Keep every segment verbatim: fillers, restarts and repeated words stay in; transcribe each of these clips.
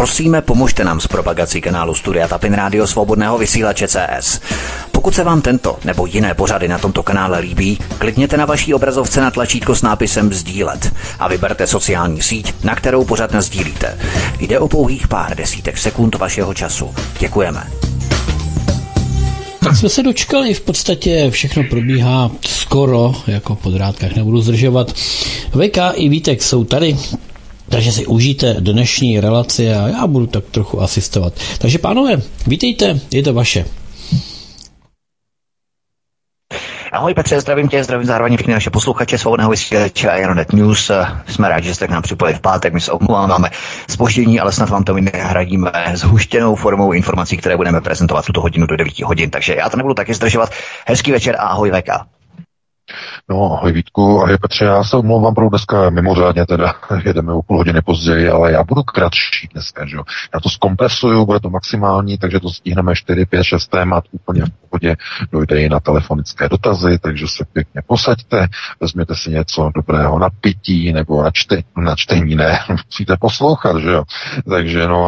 Prosíme, pomožte nám s propagací kanálu Studia Tapin Rádio Svobodného vysílače C S. Pokud se vám tento nebo jiné pořady na tomto kanále líbí, klikněte na vaší obrazovce na tlačítko s nápisem sdílet a vyberte sociální síť, na kterou pořad nasdílíte. Jde o pouhých pár desítek sekund vašeho času. Děkujeme. Tak jsme se dočkali, v podstatě všechno probíhá skoro, jako po drátkách, nebudu zdržovat. V K i Vítek jsou tady, takže si užijte dnešní relaci a já budu tak trochu asistovat. Takže pánové, vítejte, je to vaše. Ahoj Petře, zdravím tě, zdravím zároveň všechny naše posluchače Svobodného vysílače a Ironet News. Jsme rádi, že jste k nám připojili v pátek, my se omlouváme zpoždění, ale snad vám to my nahradíme zhuštěnou formou informací, které budeme prezentovat tuto hodinu do devíti hodin. Takže já to nebudu taky zdržovat. Hezký večer a ahoj V K. No, ahoj Vítku, ahoj Petře, já se omlouvám, pro dneska mimořádně, teda jedeme o půl hodiny později, ale já budu kratší dneska, že jo. Já to zkompresuju, bude to maximální, takže to stihneme čtyři, pět, šest témat úplně v pohodě, dojde i na telefonické dotazy, takže se pěkně posaďte, vezměte si něco dobrého na pití, nebo na, čte, na čtení, ne, musíte poslouchat, že jo. Takže no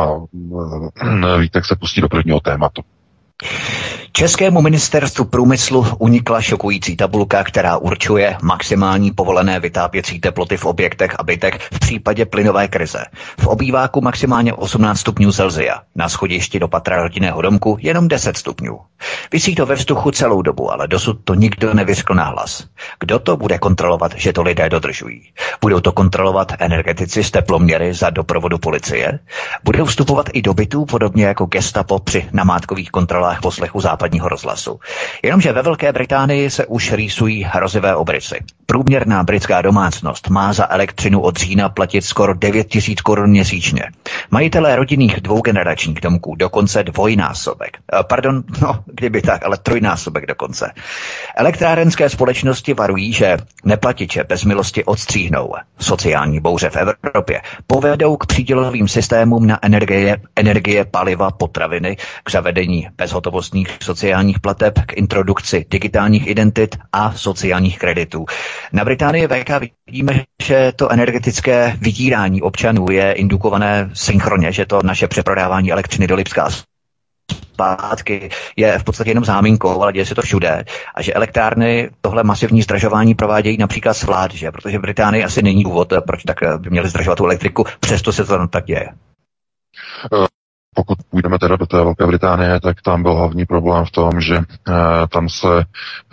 a Vítek se pustí do prvního tématu. Českému ministerstvu průmyslu unikla šokující tabulka, která určuje maximální povolené vytápěcí teploty v objektech a bytech v případě plynové krize. V obýváku maximálně osmnáct stupňů Celsia, na schodišti do patra rodinného domku jenom deset stupňů. Visí to ve vzduchu celou dobu, ale dosud to nikdo nevyřkl nahlas. Kdo to bude kontrolovat, že to lidé dodržují? Budou to kontrolovat energetici z teploměry za doprovodu policie? Budou vstupovat i do bytů, podobně jako Gestapo při namátkových kontrolách poslechu západního rozhlasu. Jenomže ve Velké Británii se už rýsují hrozivé obrysy. Průměrná britská domácnost má za elektřinu od října platit skoro devět tisíc korun měsíčně. Majitelé rodinných dvougeneračních domků dokonce dvojnásobek. Pardon, no, kdyby tak, ale trojnásobek dokonce. Elektrárenské společnosti varují, že neplatiče bez milosti odstříhnou. Sociální bouře v Evropě povedou k přídělovým systémům na energie, energie, paliva, potraviny, k zavedení bezhotovostních sociálních plateb, k introdukci digitálních identit a sociálních kreditů. Na Británii V K vidíme, že to energetické vydírání občanů je indukované synchronně, že to naše přeprodávání elektřiny do Lipska zpátky je v podstatě jenom záminkou, ale děje se to všude. A že elektrárny tohle masivní zdražování provádějí například z vlád, že? Protože v Británii asi není důvod, proč tak by měli zdražovat tu elektriku, přesto se to tak děje. Uh. Pokud půjdeme teda do té Velké Británie, tak tam byl hlavní problém v tom, že e, tam se e,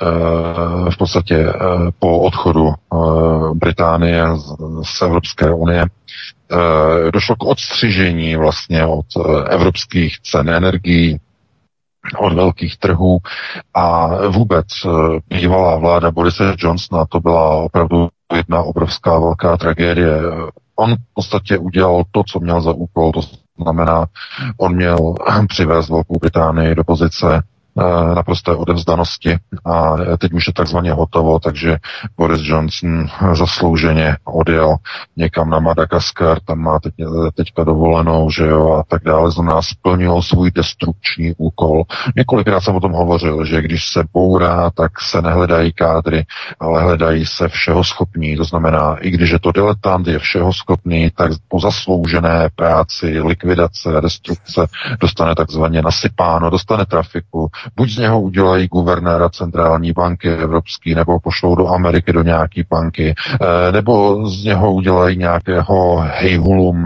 v podstatě e, po odchodu e, Británie z, z Evropské unie e, došlo k odstřižení vlastně od e, evropských cen energií, od velkých trhů a vůbec e, bývalá vláda Borise Johnsona, to byla opravdu jedna obrovská velká tragédie. On v podstatě udělal to, co měl za úkol, to znamená, on měl přivést Velkou Británii do pozice e, naprosté odevzdanosti a teď už je takzvaně hotovo, takže Boris Johnson zaslouženě odjel někam na Madagaskar, tam má teď, teďka dovolenou, že jo, a tak dále, znamená splnil svůj destrukční úkol. Několikrát jsem o tom hovořil, že když se bourá, tak se nehledají kádry, ale hledají se všeho schopní, to znamená, i když je to diletant, je všeho schopný, tak po zasloužené práci, likvidace, destrukce dostane takzvaně nasypáno, dostane trafiku, buď z něho udělají guvernéra centrální banky evropský, nebo pošlou do Ameriky do nějaký banky, nebo z něho udělají nějakého hejhulum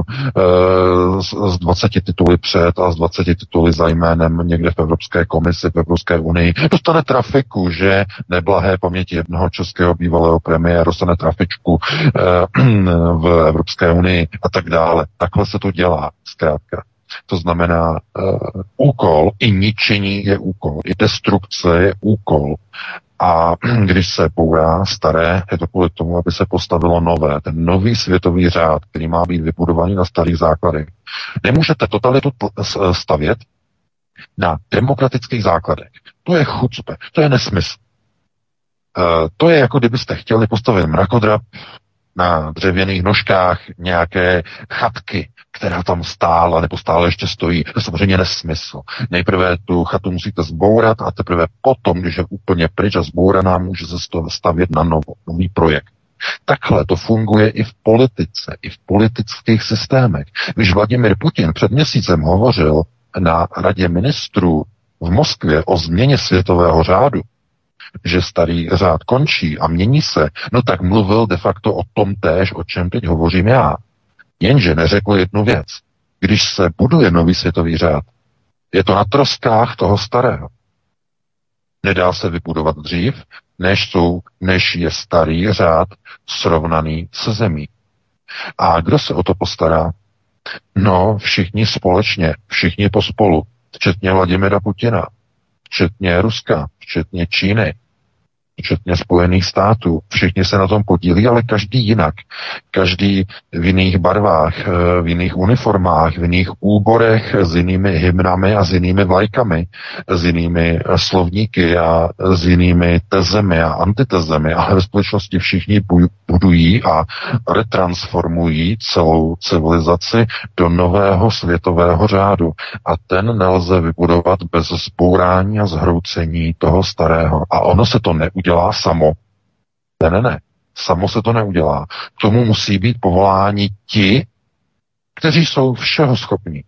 s dvaceti tituly před a s dvaceti tituly za jménem někde v Evropské komisi, v Evropské unii. Dostane trafiku, že neblahé paměti jednoho českého bývalého premiéra dostane trafičku v Evropské unii a tak dále. Takhle se to dělá, zkrátka. To znamená, uh, úkol i ničení je úkol, i destrukce je úkol. A když se bourá staré, je to kvůli tomu, aby se postavilo nové. Ten nový světový řád, který má být vybudovaný na starých základech. Nemůžete totalitu stavět na demokratických základech. To je chucpe, to je nesmysl. Uh, to je jako kdybyste chtěli postavit mrakodrap na dřevěných nožkách nějaké chatky, která tam stála nebo stále ještě stojí. To je samozřejmě nesmysl. Nejprve tu chatu musíte zbourat a teprve potom, když je úplně pryč a zbouraná, může se stavět na novo, nový projekt. Takhle to funguje i v politice, i v politických systémech. Když Vladimir Putin před měsícem hovořil na radě ministrů v Moskvě o změně světového řádu, že starý řád končí a mění se, no tak mluvil de facto o tom též, o čem teď hovořím já. Jenže neřekl jednu věc. Když se buduje nový světový řád, je to na troskách toho starého. Nedá se vybudovat dřív, než, jsou, než je starý řád srovnaný se zemí. A kdo se o to postará? No, všichni společně, všichni pospolu, včetně Vladimira Putina, včetně Ruska, včetně Číny, včetně Spojených států. Všichni se na tom podílí, ale každý jinak. Každý v jiných barvách, v jiných uniformách, v jiných úborech, s jinými hymnami a s jinými vlajkami, s jinými slovníky a s jinými tezemi a antitezemi, ale ve společnosti všichni budují a retransformují celou civilizaci do nového světového řádu. A ten nelze vybudovat bez zbourání a zhroucení toho starého. A ono se to neudělá udělá samo. Ne, ne, ne. Samo se to neudělá. K tomu musí být povoláni ti, kteří jsou všeho schopní.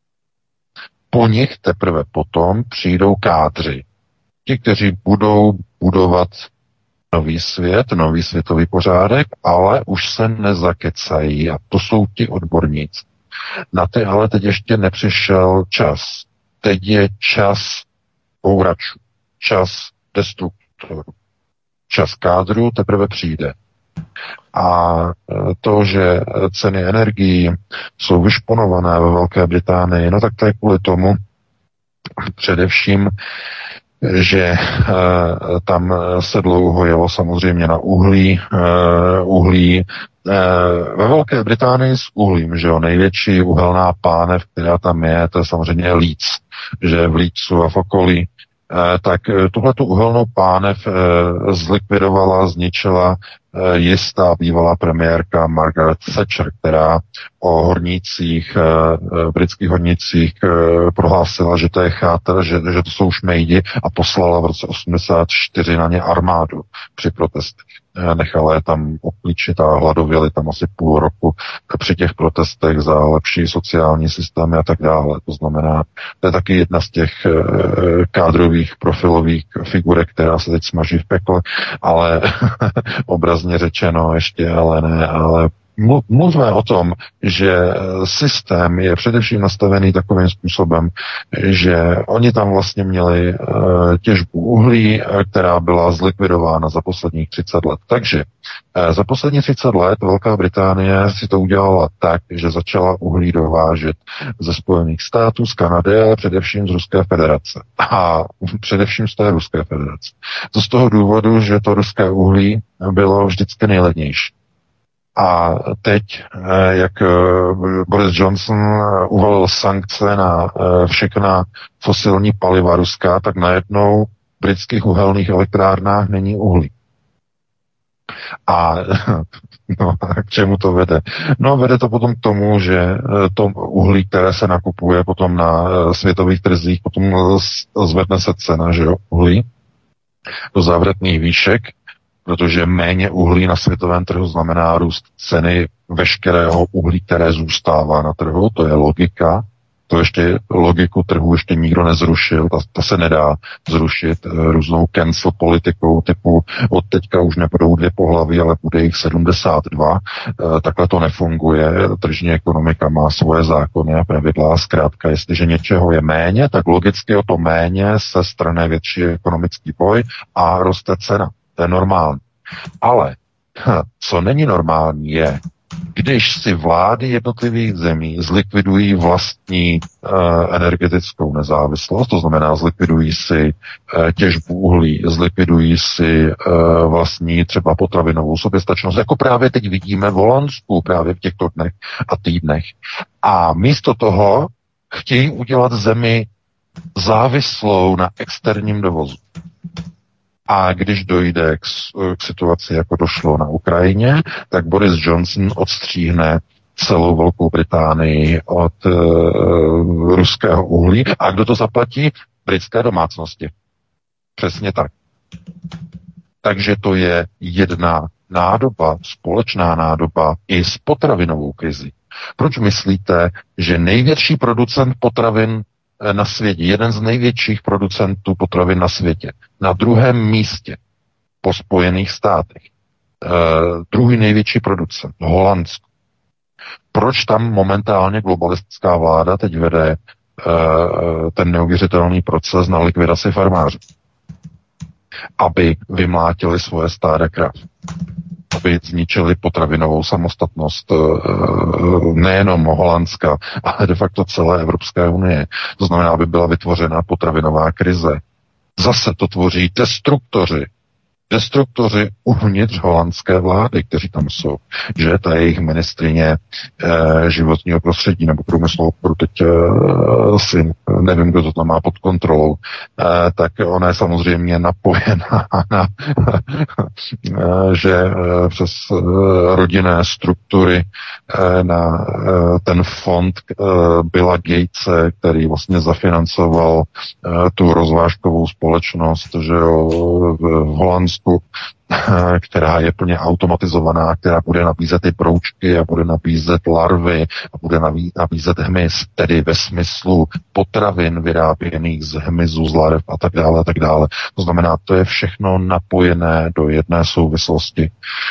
Po nich teprve potom přijdou kádři. Ti, kteří budou budovat nový svět, nový světový pořádek, ale už se nezakecají. A to jsou ti odborníci. Na ty ale teď ještě nepřišel čas. Teď je čas bouračů. Čas destruktorů. Čas kádru teprve přijde. A to, že ceny energií jsou vyšponované ve Velké Británii, no tak to je kvůli tomu především, že uh, tam se dlouho jelo samozřejmě na uhlí. Uh, uhlí uh, ve Velké Británii s uhlím, že jo, největší uhelná pánev, která tam je, to je samozřejmě Leeds, že v Leedsu a v okolí, tak tuhletu uhelnou pánev zlikvidovala, zničila jistá bývalá premiérka Margaret Thatcher, která o hornících, britských hornících prohlásila, že to je cháter, že, že to jsou šmejdi a poslala v roce osmdesát čtyři na ně armádu při protestech. Nechala je tam oklíčit a hladověli tam asi půl roku při těch protestech za lepší sociální systémy a tak dále. To znamená, to je taky jedna z těch kádrových profilových figurek, která se teď smaží v pekle, ale obrazně řečeno ještě, ale ne, ale mluvme o tom, že systém je především nastavený takovým způsobem, že oni tam vlastně měli těžbu uhlí, která byla zlikvidována za posledních třicet let. Takže za posledních třicet let Velká Británie si to udělala tak, že začala uhlí dovážet ze Spojených států, z Kanady, ale především z Ruské federace. A především z té Ruské federace. To z toho důvodu, že to ruské uhlí bylo vždycky nejlevnější. A teď, jak Boris Johnson uvalil sankce na všechna fosilní paliva ruská, tak najednou v britských uhelných elektrárnách není uhlí. A no, k čemu to vede? No, vede to potom k tomu, že to uhlí, které se nakupuje potom na světových trzích, potom zvedne se cena, že jo, uhlí do závratných výšek, protože méně uhlí na světovém trhu znamená růst ceny veškerého uhlí, které zůstává na trhu, to je logika. To ještě logiku trhu ještě nikdo nezrušil, ta, ta se nedá zrušit různou cancel politikou typu od teďka už nebudou dvě pohlaví, ale bude jich sedmdesát dva. E, takhle to nefunguje. Tržní ekonomika má svoje zákony a pravidla. Zkrátka, jestliže něčeho je méně, tak logicky o to méně se strane větší ekonomický boj a roste cena. To je normální. Ale co není normální je, když si vlády jednotlivých zemí zlikvidují vlastní uh, energetickou nezávislost, to znamená zlikvidují si uh, těžbu uhlí, zlikvidují si uh, vlastní třeba potravinovou soběstačnost, jako právě teď vidíme v Holandsku právě v těchto dnech a týdnech. A místo toho chtějí udělat zemi závislou na externím dovozu. A když dojde k, k situaci, jako došlo na Ukrajině, tak Boris Johnson odstříhne celou Velkou Británii od uh, ruského uhlí. A kdo to zaplatí? Britské domácnosti. Přesně tak. Takže to je jedna nádoba, společná nádoba i s potravinovou krizi. Proč myslíte, že největší producent potravin na světě, jeden z největších producentů potravin na světě, na druhém místě po Spojených státech, eh, druhý největší producent, Holandsko. Proč tam momentálně globalistická vláda teď vede eh, ten neuvěřitelný proces na likvidaci farmářů? Aby vymlátili svoje stáda krav. Aby zničili potravinovou samostatnost nejenom Holandska, ale de facto celé Evropské unie. To znamená, aby byla vytvořena potravinová krize. Zase to tvoří destruktoři. Destruktoři uvnitř holandské vlády, kteří tam jsou. Že ta jejich ministrině e, životního prostředí nebo průmyslovou, teď e, si nevím, kdo to tam má pod kontrolou, e, tak ona je samozřejmě napojená na, e, že e, přes e, rodinné struktury e, na e, ten fond e, Billa Gatese, který vlastně zafinancoval e, tu rozvážkovou společnost, že jo, v Holandsku, která je plně automatizovaná, která bude nabízet ty broučky a bude nabízet larvy a bude nabízet hmyz, tedy ve smyslu potravin vyráběných z hmyzu, z larv a tak dále, a tak dále. To znamená, to je všechno napojené do jedné souvislosti.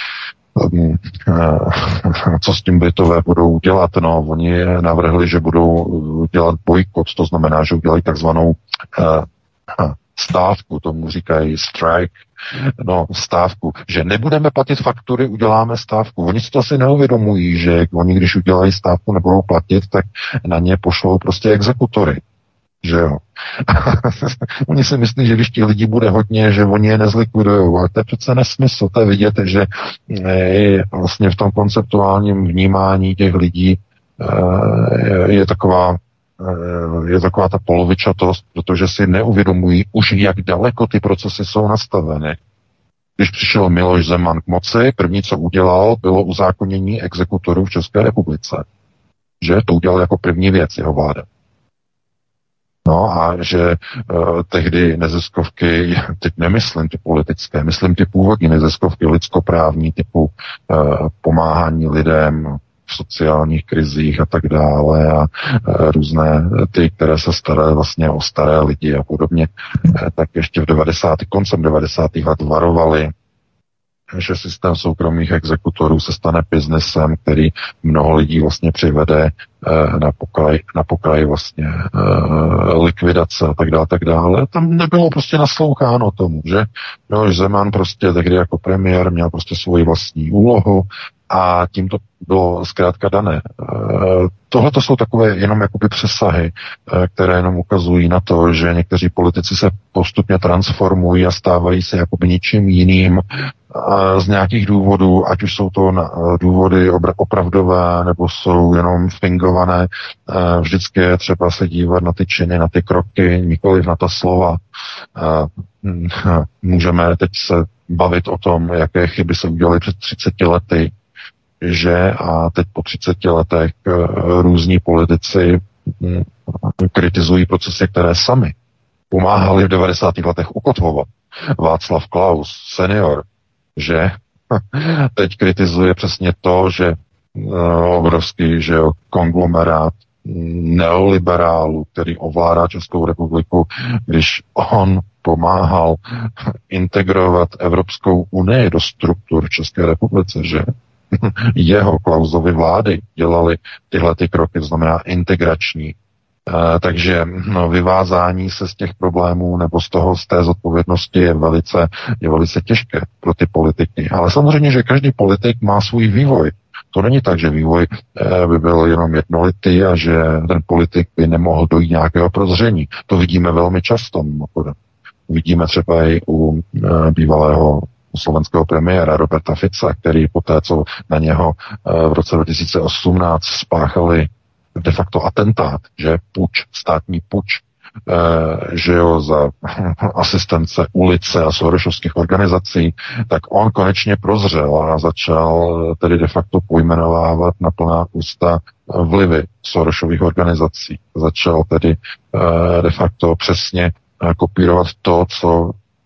Co s tím Britové budou dělat? No, oni navrhli, že budou dělat bojkot, to znamená, že udělají takzvanou uh, stávku, tomu říkají strike, no stávku, že nebudeme platit faktury, uděláme stávku. Oni si to asi neuvědomují, že oni, když udělají stávku, nebudou platit, tak na ně pošlou prostě exekutory. Že jo. Oni si myslí, že když těch lidí bude hodně, že oni je nezlikvidujou. Ale to je přece nesmysl. To je vidět, že je vlastně v tom konceptuálním vnímání těch lidí je taková je taková ta polovičatost, protože si neuvědomují už, jak daleko ty procesy jsou nastaveny. Když přišel Miloš Zeman k moci, první, co udělal, bylo uzákonění exekutorů v České republice. Že to udělal jako první věc jeho vláda. No a že uh, tehdy neziskovky, teď nemyslím ty politické, myslím ty původní neziskovky lidskoprávní typu uh, pomáhání lidem v sociálních krizích a tak dále a e, různé ty, které se staraly vlastně o staré lidi a podobně, e, tak ještě v devadesátých koncem devadesátých let varovali, že systém soukromých exekutorů se stane biznesem, který mnoho lidí vlastně přivede e, na pokraj, na pokraj vlastně e, likvidace a tak dále, tak dále. Tam nebylo prostě nasloucháno tomu, že Miloš Zeman prostě tehdy jako premiér měl prostě svoji vlastní úlohu a tím to bylo zkrátka dané. Tohle to jsou takové jenom jakoby přesahy, které jenom ukazují na to, že někteří politici se postupně transformují a stávají se jakoby ničím jiným z nějakých důvodů, ať už jsou to důvody opravdové, nebo jsou jenom fingované. Vždycky je třeba se dívat na ty činy, na ty kroky, nikoliv na ta slova. Můžeme teď se bavit o tom, jaké chyby se udělaly před třiceti lety, že a teď po třiceti letech různí politici kritizují procesy, které sami pomáhali v devadesátých letech ukotvovat. Václav Klaus, senior, že teď kritizuje přesně to, že obrovský, že konglomerát neoliberálů, který ovládá Českou republiku, když on pomáhal integrovat Evropskou unii do struktur v České republice, že jeho Klausovy vlády dělali tyhle ty kroky, to znamená integrační. E, takže no, vyvázání se z těch problémů nebo z toho, z té zodpovědnosti je velice, je velice těžké pro ty politiky. Ale samozřejmě, že každý politik má svůj vývoj. To není tak, že vývoj e, by byl jenom jednolitý a že ten politik by nemohl dojít nějakého prozření. To vidíme velmi často. Mimochodem. Vidíme třeba i u e, bývalého slovenského premiéra Roberta Fica, který poté, co na něho v roce dva tisíce osmnáct spáchali de facto atentát, že puč, státní puč, že jo, za asistence ulice a sorosovských organizací, tak on konečně prozřel a začal tedy de facto pojmenovávat na plná ústa vlivy Sorosových organizací. Začal tedy de facto přesně kopírovat to, co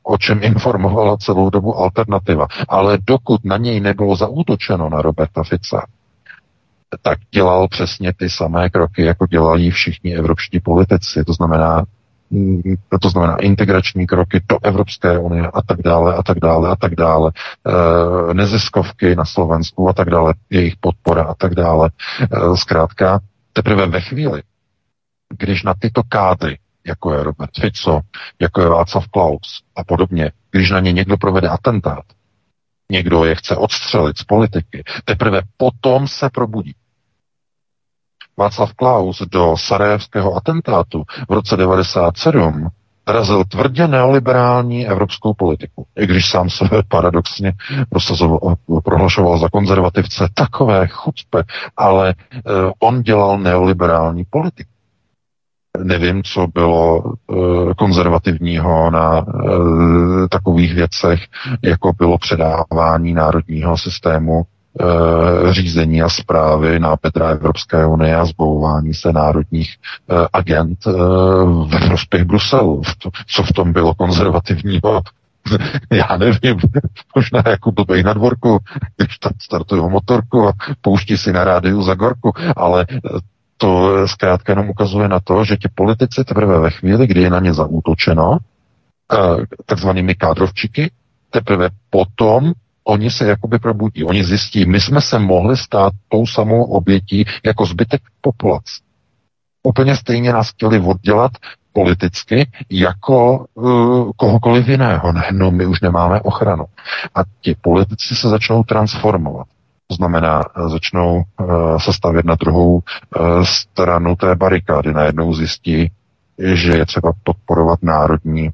o čem informovala celou dobu Alternativa. Ale dokud na něj nebylo zaútočeno, na Roberta Fica, tak dělal přesně ty samé kroky, jako dělají všichni evropští politici. To znamená, to znamená integrační kroky do Evropské unie a tak dále a tak dále a tak dále. E, neziskovky na Slovensku a tak dále, jejich podpora a tak dále. E, zkrátka, teprve ve chvíli, když na tyto kádry, jako je Robert Fico, jako je Václav Klaus a podobně, když na ně někdo provede atentát, někdo je chce odstřelit z politiky, teprve potom se probudí. Václav Klaus do sarajevského atentátu v roce devadesát sedm razil tvrdě neoliberální evropskou politiku. I když sám se paradoxně prohlašoval za konzervativce, takové chucpe, ale eh, on dělal neoliberální politiku. Nevím, co bylo eh, konzervativního na eh, takových věcech, jako bylo předávání národního systému e, řízení a správy na Petra Evropské unie a zbavování se národních e, agent e, ve prospěch Bruselu. Co v tom bylo konzervativního? Já nevím, možná jako blbej na dvorku, když tam startují motorku a pouští si na rádiu za gorku, ale to zkrátka jenom ukazuje na to, že ti politici teprve ve chvíli, kdy je na ně zaútočeno, takzvanými kádrovčiky, teprve potom oni se jakoby probudí. Oni zjistí, my jsme se mohli stát tou samou obětí jako zbytek populace. Úplně stejně nás chtěli oddělat politicky jako uh, kohokoliv jiného. Ne, no, my už nemáme ochranu. A ti politici se začnou transformovat. To znamená, začnou uh, se stavět na druhou uh, stranu té barikády. Najednou zjistí, že je třeba podporovat národní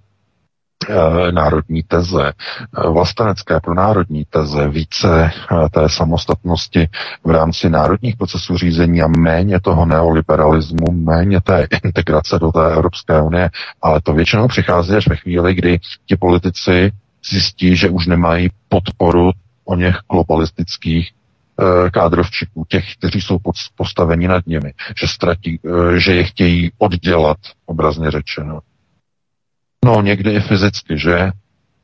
národní teze, vlastenecké pro národní teze, více té samostatnosti v rámci národních procesů řízení a méně toho neoliberalismu, méně té integrace do té Evropské unie, ale to většinou přichází až ve chvíli, kdy ti politici zjistí, že už nemají podporu o něch globalistických kádrovčiků, těch, kteří jsou postaveni nad nimi, že, ztratí, že je chtějí oddělat, obrazně řečeno. No, někdy i fyzicky, že? E,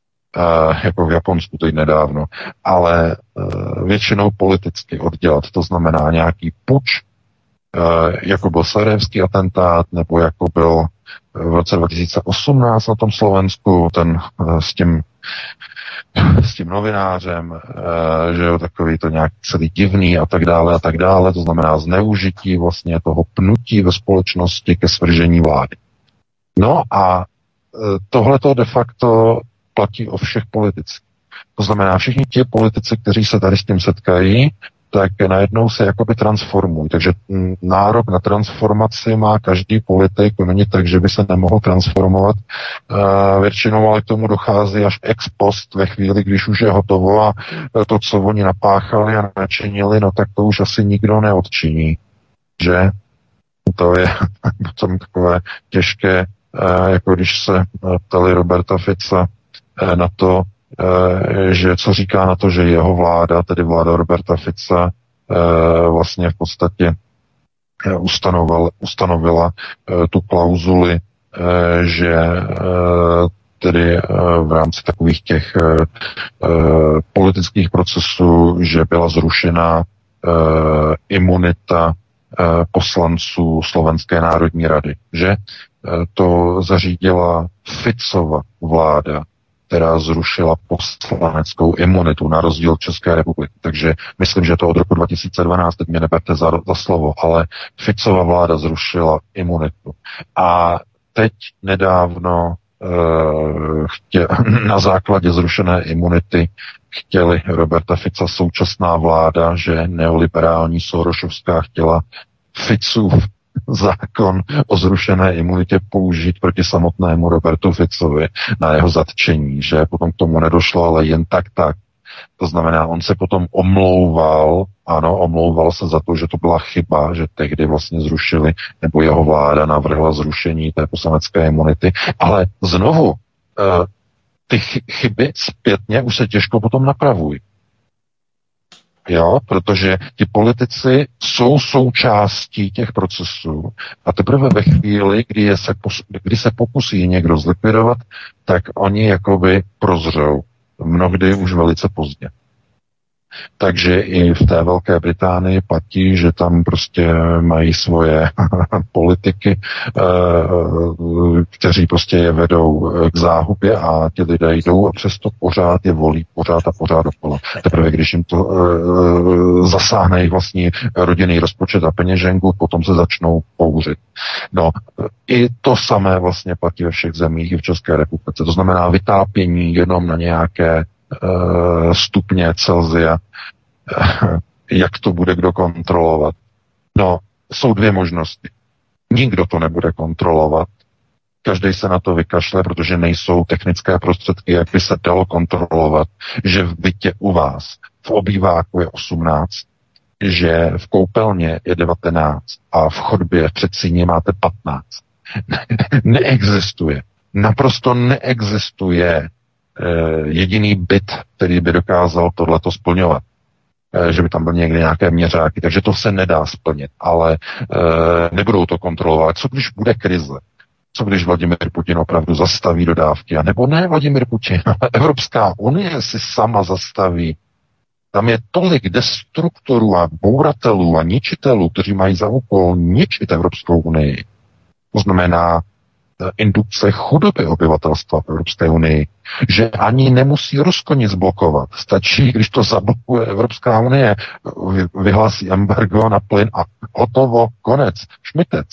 jako v Japonsku teď nedávno. Ale e, většinou politicky oddělat. To znamená nějaký puč, e, jako byl sarajevský atentát, nebo jako byl v roce dva tisíce osmnáct na tom Slovensku, ten e, s tím s tím novinářem, e, že jo, takový to nějak celý divný a tak dále a tak dále. To znamená zneužití vlastně toho pnutí ve společnosti ke svržení vlády. No a tohle to de facto platí o všech politicích. To znamená, všichni ti politici, kteří se tady s tím setkají, tak najednou se jakoby transformují. Takže nárok na transformaci má každý politik, to není tak, že by se nemohl transformovat. Většinou ale k tomu dochází až ex post ve chvíli, když už je hotovo a to, co oni napáchali a načinili, no tak to už asi nikdo neodčiní. Že? To je potom takové těžké, jako když se ptali Roberta Fica na to, že co říká na to, že jeho vláda, tedy vláda Roberta Fica, vlastně v podstatě ustanovila, ustanovila tu klauzuli, že tedy v rámci takových těch politických procesů, že byla zrušena imunita poslanců Slovenské národní rady, že to zařídila Ficova vláda, která zrušila poslaneckou imunitu na rozdíl České republiky. Takže myslím, že to od roku dva tisíce dvanáct, teď mě neberte za, za slovo, ale Ficova vláda zrušila imunitu. A teď nedávno uh, chtě, na základě zrušené imunity chtěli Roberta Fica současná vláda, že neoliberální Sorošovská chtěla Ficův zákon o zrušené imunitě použít proti samotnému Robertu Ficovi na jeho zatčení, že potom k tomu nedošlo, ale jen tak tak. To znamená, on se potom omlouval, ano, omlouval se za to, že to byla chyba, že tehdy vlastně zrušili, nebo jeho vláda navrhla zrušení té poslanecké imunity, ale znovu, ty chyby zpětně už se těžko potom napravují. Jo, protože ti politici jsou součástí těch procesů a teprve ve chvíli, kdy, je se, kdy se pokusí někdo zlikvidovat, tak oni jakoby prozřou. Mnohdy už velice pozdě. Takže i v té Velké Británii platí, že tam prostě mají svoje politiky, kteří prostě je vedou k záhubě a ti lidé jdou a přesto pořád je volí, pořád a pořád dokola. Teprve když jim to zasáhne jejich vlastní rodinný rozpočet a peněženku, potom se začnou bouřit. No, i to samé vlastně platí ve všech zemích, i v České republice. To znamená vytápění jenom na nějaké stupně Celsia, jak to bude kdo kontrolovat. No, jsou dvě možnosti. Nikdo to nebude kontrolovat, každý se na to vykašle, protože nejsou technické prostředky, jak by se dalo kontrolovat, že v bytě u vás v obýváku je osmnáct, že v koupelně je devatenáct a v chodbě v předsíni máte patnáct. Neexistuje. Naprosto neexistuje jediný byt, který by dokázal tohleto splňovat. Že by tam byly někde nějaké měřáky, takže to se nedá splnit, ale e, nebudou to kontrolovat. Co když bude krize? Co když Vladimir Putin opravdu zastaví dodávky? A nebo ne Vladimir Putin, ale Evropská unie si sama zastaví. Tam je tolik destruktorů a bouratelů a ničitelů, kteří mají za úkol ničit Evropskou unii. To znamená indukce chudoby obyvatelstva v Evropské unii, že ani nemusí Rusko nic blokovat. Stačí, když to zablokuje Evropská unie, vyhlásí embargo na plyn a hotovo, konec, šmitec.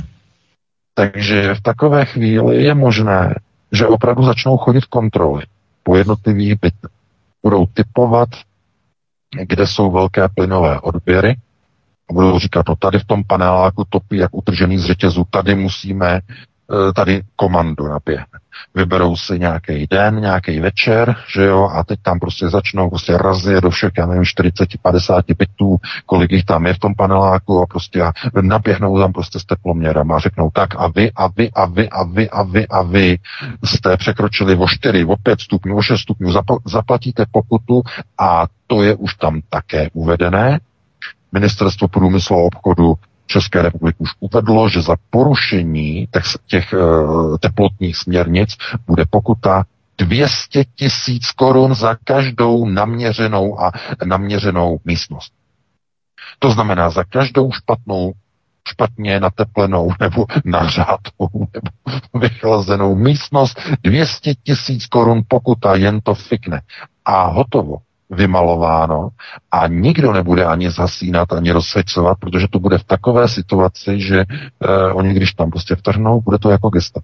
Takže v takové chvíli je možné, že opravdu začnou chodit kontroly po jednotlivých bytech. Budou typovat, kde jsou velké plynové odběry a budou říkat, no tady v tom paneláku topí jak utržený z řetězu, tady musíme tady komando naběhne. Vyberou si nějaký den, nějaký večer, že jo, a teď tam prostě začnou prostě razie do všech, já nevím, čtyřicet padesát bytů, kolik jich tam je v tom paneláku a prostě a naběhnou tam prostě s teploměrem a řeknou tak a vy, a vy, a vy, a vy, a vy, a vy jste překročili o čtyři, o pět stupňů, o šest stupňů, zapl- zaplatíte pokutu a to je už tam také uvedené. Ministerstvo průmyslu a obchodu České republiky už uvedlo, že za porušení těch, těch uh, teplotních směrnic bude pokuta dvě stě tisíc korun za každou naměřenou a naměřenou místnost. To znamená za každou špatnou, špatně nateplenou nebo nahřátou nebo vychlazenou místnost dvě stě tisíc korun pokuta, jen to fikne. A hotovo. Vymalováno a nikdo nebude ani zhasínat, ani rozsvěcovat, protože to bude v takové situaci, že eh, oni, když tam prostě vtrhnou, bude to jako gestapo.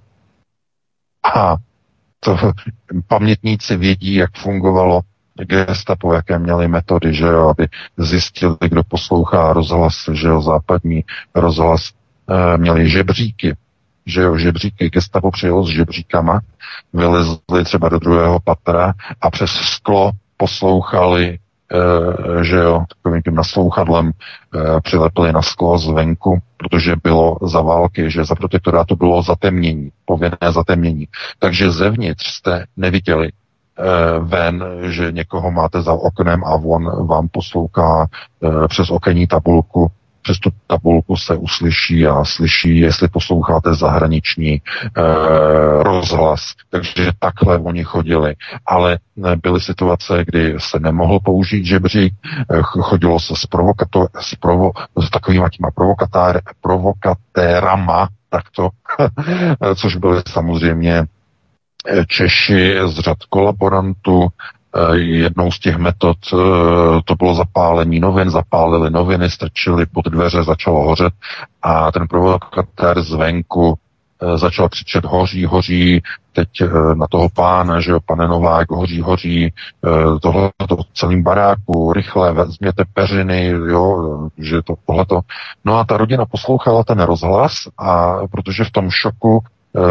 A to pamětníci vědí, jak fungovalo gestapo, jaké měli metody, že jo, aby zjistili, kdo poslouchá rozhlas, že jo, západní rozhlas, eh, měli žebříky, že jo, žebříky, gestapo přijelo s žebříkama, vylezli třeba do druhého patra a přes sklo poslouchali, e, že jo, takovým tím naslouchadlem e, přilepili na sklo zvenku, protože bylo za války, že za protektorátu bylo zatemnění, povinné zatemnění. Takže zevnitř jste neviděli e, ven, že někoho máte za oknem a on vám poslouchá e, přes okenní tabulku. Přes tu tabulku se uslyší a slyší, jestli posloucháte zahraniční e, rozhlas. Takže takhle oni chodili. Ale byly situace, kdy se nemohl použít žebřík, chodilo se s, provokato, s, provo, s takovýma těma provokatérama, takto, což byly samozřejmě Češi z řad kolaborantů. Jednou z těch metod to bylo zapálení novin, zapálili noviny, strčili pod dveře, začalo hořet a ten provokatér zvenku začal křičet hoří, hoří, teď na toho pána, že jo, pane Novák, hoří, hoří, tohleto v celém baráku, rychle vezměte peřiny, jo, že to tohleto. No a ta rodina poslouchala ten rozhlas a protože v tom šoku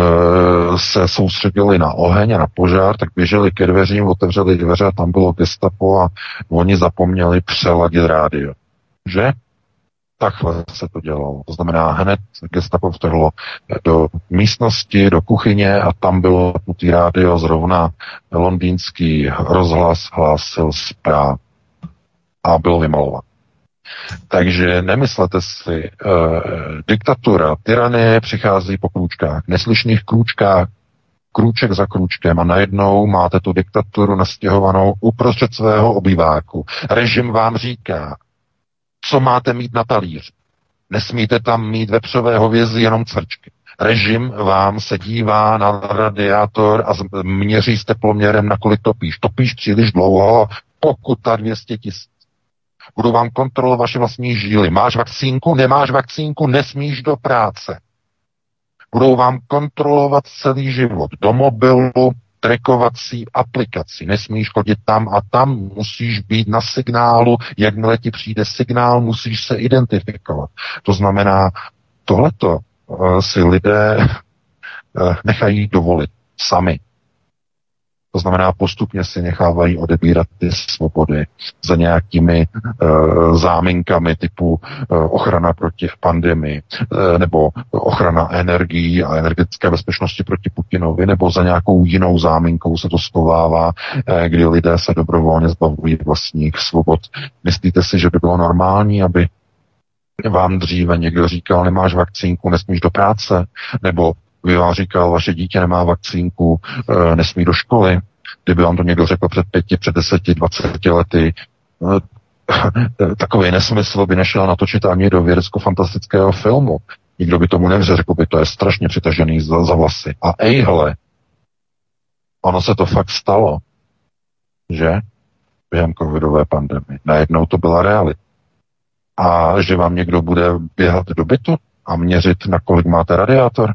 se soustředili na oheň a na požár, tak běželi ke dveřím, otevřeli dveře a tam bylo gestapo a oni zapomněli přeladit rádio. Že? Takhle se to dělalo. To znamená, hned gestapo vtrhlo do místnosti, do kuchyně a tam bylo putý rádio, zrovna londýnský rozhlas hlásil zpráv. a byl vymalován. Takže nemyslete si, eh, diktatura, tyranie přichází po krůčkách, neslyšných krůčkách, krůček za krůčkem a najednou máte tu diktaturu nastěhovanou uprostřed svého obýváku. Režim vám říká, co máte mít na talíři. Nesmíte tam mít vepřové hovězí, jenom cvrčky. Režim vám se dívá na radiátor a měří s teploměrem, nakolik topíš. Topíš příliš dlouho, pokuta dvě stě tisíc. Budou vám kontrolovat vaše vlastní žíly. Máš vakcínku, nemáš vakcínku, nesmíš do práce. Budou vám kontrolovat celý život. Do mobilu, trackovací aplikací. Nesmíš chodit tam a tam, musíš být na signálu. Jakmile ti přijde signál, musíš se identifikovat. To znamená, tohleto uh, si lidé uh, nechají dovolit sami. To znamená, postupně si nechávají odebírat ty svobody za nějakými uh, záminkami typu uh, ochrana proti pandemii, uh, nebo ochrana energií a energetické bezpečnosti proti Putinovi, nebo za nějakou jinou záminkou se to schovává, uh, kdy lidé se dobrovolně zbavují vlastních svobod. Myslíte si, že by bylo normální, aby vám dříve někdo říkal, nemáš vakcínku, nesmíš do práce, nebo by vám říkal, vaše dítě nemá vakcínku, e, nesmí do školy. Kdyby vám to někdo řekl před pěti, před deseti, dvaceti lety, e, takový nesmysl by nešel natočit ani do vědecko-fantastického filmu. Nikdo by tomu nevěřil, řekl by, to je strašně přitažený za, za vlasy. A ejhle, ono se to fakt stalo, že? Během covidové pandemie. Najednou to byla realita. A že vám někdo bude běhat do bytu a měřit, na kolik máte radiátor?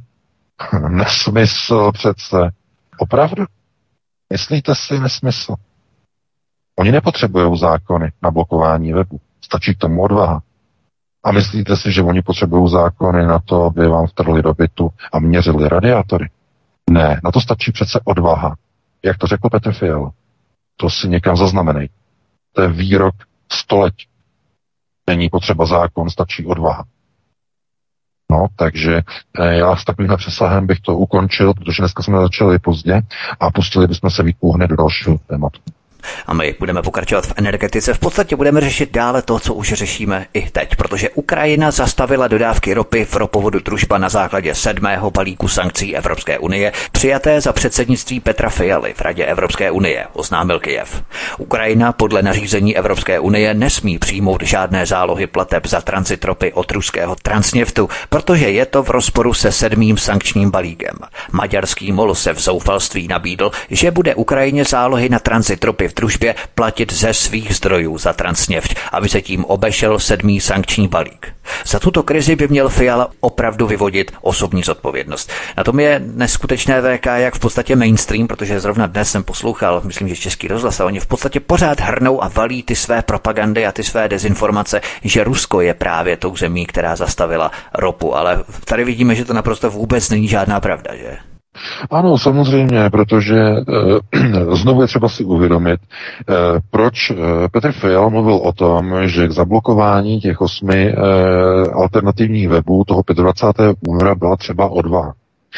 Nesmysl přece. Opravdu? Myslíte si nesmysl? Oni nepotřebují zákony na blokování webu. Stačí k tomu odvaha. A myslíte si, že oni potřebují zákony na to, aby vám vtrhli do bytu a měřili radiátory? Ne, na to stačí přece odvaha. Jak to řekl Petr Fiala. To si někam zaznamenej. To je výrok století. Není potřeba zákon, stačí odvaha. No, takže já s takovým přesahem bych to ukončil, protože dneska jsme začali pozdě a pustili bychom se Vítku hned do dalšího tématu. A my budeme pokračovat v energetice. V podstatě budeme řešit dále to, co už řešíme i teď, protože Ukrajina zastavila dodávky ropy v ropovodu Družba na základě sedmého balíku sankcí Evropské unie, přijaté za předsednictví Petra Fialy v Radě Evropské unie, oznámil Kyjev. Ukrajina podle nařízení Evropské unie nesmí přijmout žádné zálohy plateb za tranzit ropy od ruského Transneftu, protože je to v rozporu se sedmým sankčním balíkem. Maďarský MOL se v zoufalství nabídl, že bude Ukrajině zálohy na tranzit ropy v Družbě platit ze svých zdrojů za Transneft, aby se tím obešel sedmý sankční balík. Za tuto krizi by měl Fiala opravdu vyvodit osobní zodpovědnost. Na tom je neskutečné V K, jak v podstatě mainstream, protože zrovna dnes jsem poslouchal, myslím, že Český rozhlas, a oni v podstatě pořád hrnou a valí ty své propagandy a ty své dezinformace, že Rusko je právě tou zemí, která zastavila ropu, ale tady vidíme, že to naprosto vůbec není žádná pravda, že? Ano, samozřejmě, protože e, znovu je třeba si uvědomit, e, proč e, Petr Fiala mluvil o tom, že k zablokování těch osmi e, alternativních webů toho dvacátého pátého února byla třeba odvaha.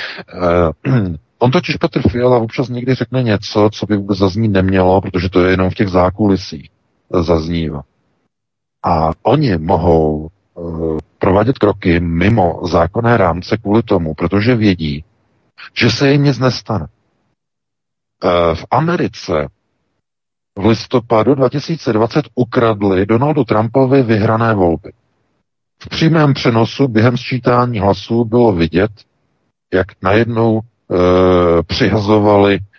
E, on totiž Petr Fiala občas někdy řekne něco, co by vůbec zaznít nemělo, protože to je jenom v těch zákulisích zaznívá. A oni mohou e, provádět kroky mimo zákonné rámce kvůli tomu, protože vědí, že se jim nic nestane. V Americe v listopadu dva tisíce dvacet ukradli Donaldu Trumpovi vyhrané volby. V přímém přenosu během sčítání hlasů bylo vidět, jak najednou e, přihazovali e,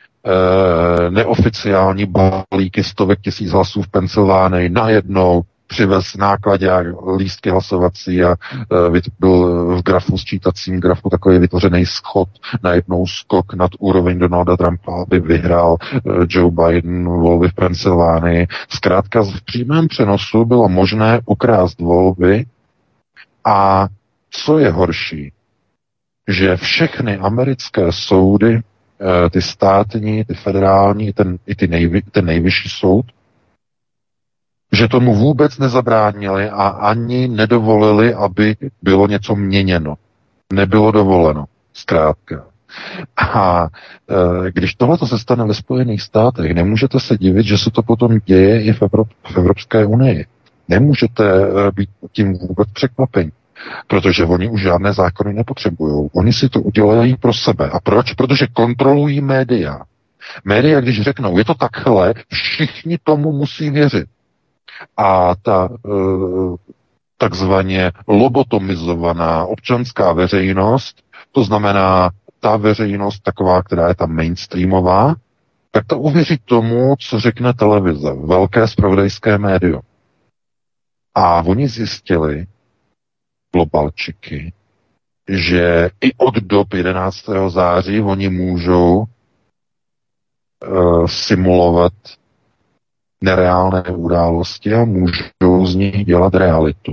neoficiální balíky stovek tisíc hlasů v Pensylvánii, najednou přivez nákladě lístky hlasovací a e, byl v grafu, sčítacím grafu takový vytvořený schod, najednou skok nad úroveň Donalda Trumpa, aby vyhrál e, Joe Biden volby v Pensylvánii. Zkrátka v přímém přenosu bylo možné ukrást volby a co je horší, že všechny americké soudy, e, ty státní, ty federální, ten, i ty nejvy, ten nejvyšší soud, že tomu vůbec nezabránili a ani nedovolili, aby bylo něco měněno. Nebylo dovoleno, zkrátka. A e, když tohle se stane ve Spojených státech, nemůžete se divit, že se to potom děje i v, Evrop, v Evropské unii. Nemůžete být tím vůbec překvapení, protože oni už žádné zákony nepotřebují. Oni si to udělají pro sebe. A proč? Protože kontrolují média. Média, když řeknou, je to takhle, všichni tomu musí věřit. A ta e, takzvaně lobotomizovaná občanská veřejnost, to znamená ta veřejnost taková, která je tam mainstreamová, tak to uvěří tomu, co řekne televize, velké zpravodajské médium. A oni zjistili, globalčiky, že i od dob jedenáctého září oni můžou uh, simulovat nereálné události a můžou z nich dělat realitu.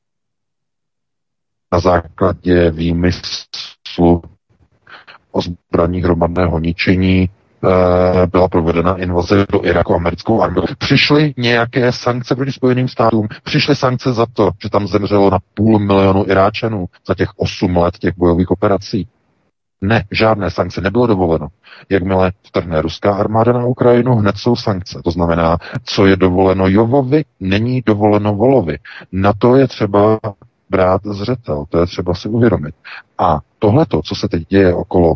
Na základě výmyslu o zbraních hromadného ničení byla provedena invaze do Iraku americkou armádou. Přišly nějaké sankce proti Spojeným státům, přišly sankce za to, že tam zemřelo na půl milionu Iráčanů za těch osm let těch bojových operací. Ne, žádné sankce nebylo dovoleno. Jakmile vtrhne ruská armáda na Ukrajinu, hned jsou sankce. To znamená, co je dovoleno Jovovi, není dovoleno Volovi. Na to je třeba brát zřetel, to je třeba si uvědomit. A tohleto, co se teď děje okolo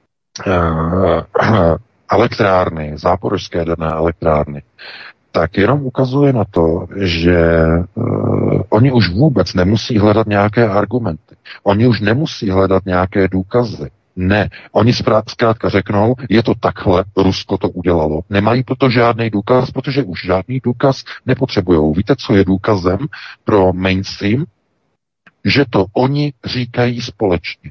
uh, elektrárny, záporožské jaderné elektrárny, tak jenom ukazuje na to, že uh, oni už vůbec nemusí hledat nějaké argumenty. Oni už nemusí hledat nějaké důkazy. Ne, oni zkrátka řeknou, je to takhle, Rusko to udělalo. Nemají proto žádný důkaz, protože už žádný důkaz nepotřebujou. Víte, co je důkazem pro mainstream? Že to oni říkají společně.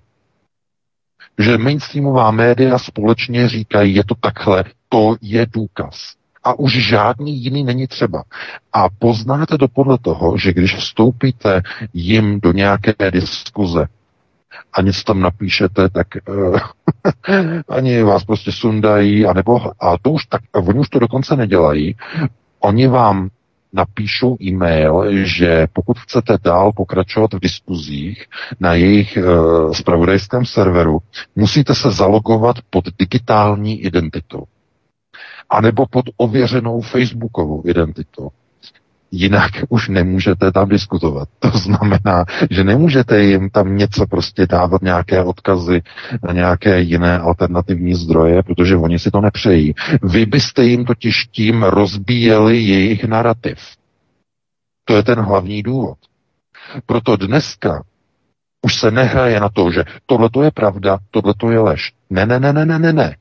Že mainstreamová média společně říkají, je to takhle, to je důkaz. A už žádný jiný není třeba. A poznáte to podle toho, že když vstoupíte jim do nějaké diskuze a něco tam napíšete, tak uh, ani vás prostě sundají, anebo, a to už tak, a oni už to dokonce nedělají, oni vám napíšou e-mail, že pokud chcete dál pokračovat v diskuzích na jejich uh, zpravodajském serveru, musíte se zalogovat pod digitální identitou. A nebo pod ověřenou facebookovou identitou. Jinak už nemůžete tam diskutovat. To znamená, že nemůžete jim tam něco prostě dávat, nějaké odkazy na nějaké jiné alternativní zdroje, protože oni si to nepřejí. Vy byste jim totiž tím rozbíjeli jejich narrativ. To je ten hlavní důvod. Proto dneska už se nehraje na to, že tohleto je pravda, tohleto je lež. Ne, ne, ne, ne, ne, ne, ne.